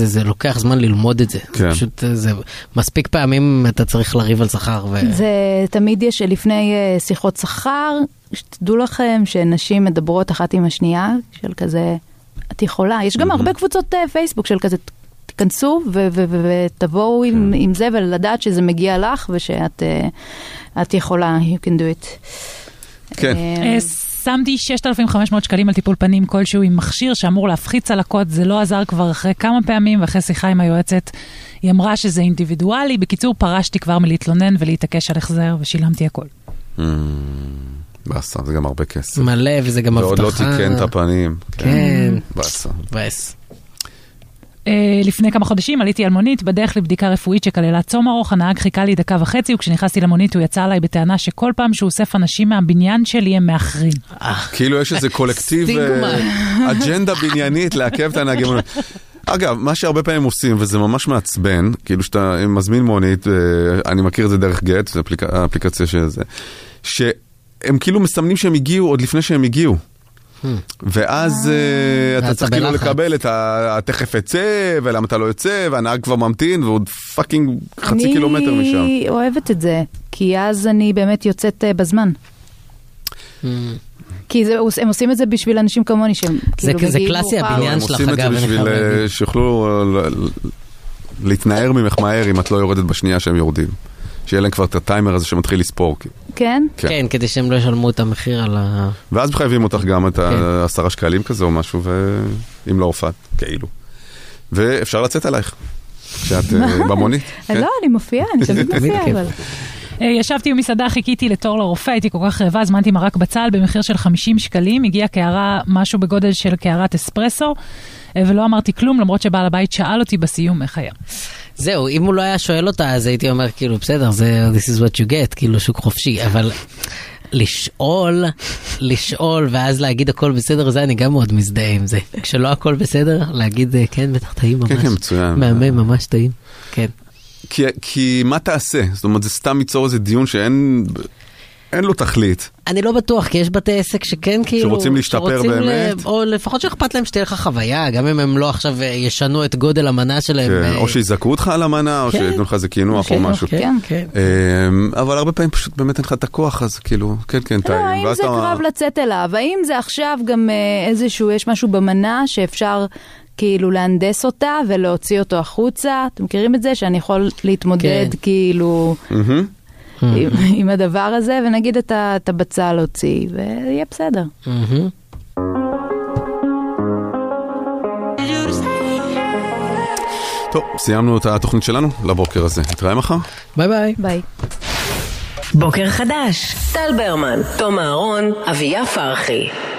זה לוקח זמן ללמוד את זה. זה פשוט, זה מספיק פעמים אתה צריך לריב על שכר. זה תמיד יש, לפני שיחות שכר, שתדעו לכם שנשים מדברות אחת עם השנייה, של כזה, את יכולה. יש גם הרבה קבוצות פייסבוק של כזה, תכנסו ותבואו עם זה ולדעת שזה מגיע לך ושאת יכולה, you can do it. כן. שמתי 6,500 שקלים על טיפול פנים כלשהו עם מכשיר שאמור להפחית צלקות, זה לא עזר כבר אחרי כמה פעמים, ואחרי שיחה עם היועצת, היא אמרה שזה אינדיבידואלי, בקיצור פרשתי כבר מלהתלונן ולהתעקש על החזר, ושילמתי הכל. בעשה, זה גם הרבה כסף. מלא, וזה גם הבטחה. ועוד לא תיקן את הפנים. כן. בעשה. בס. לפני כמה חודשים עליתי על מונית בדרך לבדיקה רפואית שכללה צום ארוך, הנהג חיכה לי 1.5 דקות, וכשנכנסתי למונית הוא יצא עליי בטענה שכל פעם שהוא אוסף אנשים מהבניין שלי הם מאחרים. כאילו יש איזה קולקטיב, אג'נדה בניינית לעכב את הנהגים. אגב, מה שהרבה פעמים עושים, וזה ממש מעצבן, כאילו שאתה מזמין מונית, אני מכיר את זה דרך גט, זו אפליקציה שזה, שהם כאילו מסמנים שהם הגיעו עוד לפני שהם הגיעו. ואז אתה צריך כאילו לקבל את התכף יצא, ולמה אתה לא יוצא, והנהג כבר ממתין, ועוד פאקינג חצי קילומטר משם. אני אוהבת את זה, כי אז אני באמת יוצאת בזמן. כי הם עושים את זה בשביל אנשים כמוני, שהם כאילו זה קלאסי הבניין שלך, הם עושים את זה בשביל שיוכלו להתנער ממך מהר, אם את לא יורדת בשנייה שהם יורדים. שיהיה להם כבר את הטיימר הזה שמתחיל לספור. כן? כן, כדי שהם לא ישלמו את המחיר על ה... ואז חייבים אותך גם את 10 שקלים כזה או משהו, ואם לא הופעת, כאילו. ואפשר לצאת עלייך, כשאת במונית. לא, אני מופיעה, אני תמיד מופיעה, אבל... ישבתי במסעדה, חיכיתי לתור לרופא, הייתי כל כך רעבה, הזמנתי מרק בצל במחיר של 50 שקלים, הגיע קערה, משהו בגודל של קערת אספרסו, ולא אמרתי כלום, למרות שבעל הבית שאל אותי בסיום איך היה. זהו, אם הוא לא היה שואל אותה, אז הייתי אומר, כאילו, בסדר, זה this is what you get, כאילו, שוק חופשי, אבל לשאול, ואז להגיד הכל בסדר, זה אני גם מאוד מזדהה עם זה. כשלא הכל בסדר, להגיד, כן, בטח טעים ממש. כן, מצוין. מהמם, ממש טעים. כן. כי מה תעשה? זאת אומרת, זה סתם ייצור איזה דיון שאין לו תכלית. אני לא בטוח, כי יש בתי עסק שכן כאילו... שרוצים להשתפר באמת. או לפחות שאכפת להם שתהיה לך חוויה, גם אם הם לא עכשיו ישנו את גודל המנה שלהם. כן, או שיזכו אותך על המנה, או שיתנו לך איזה כינוח או משהו. כן, כן. אבל הרבה פעמים פשוט באמת אין לך את הכוח, אז כאילו, כן, טעים. האם זה קרב לצאת אליו? האם זה עכשיו גם איזשהו, יש משהו במנה שאפשר... כאילו להנדס אותה ולהוציא אותו החוצה. אתם מכירים את זה? שאני יכול להתמודד כאילו עם הדבר הזה, ונגיד את הבצל להוציא, ויהיה בסדר. טוב, סיימנו את התוכנית שלנו לבוקר הזה. נתראה מחר. ביי ביי. ביי. בוקר חדש, טל ברמן, תום אהרון, אביה פרחי.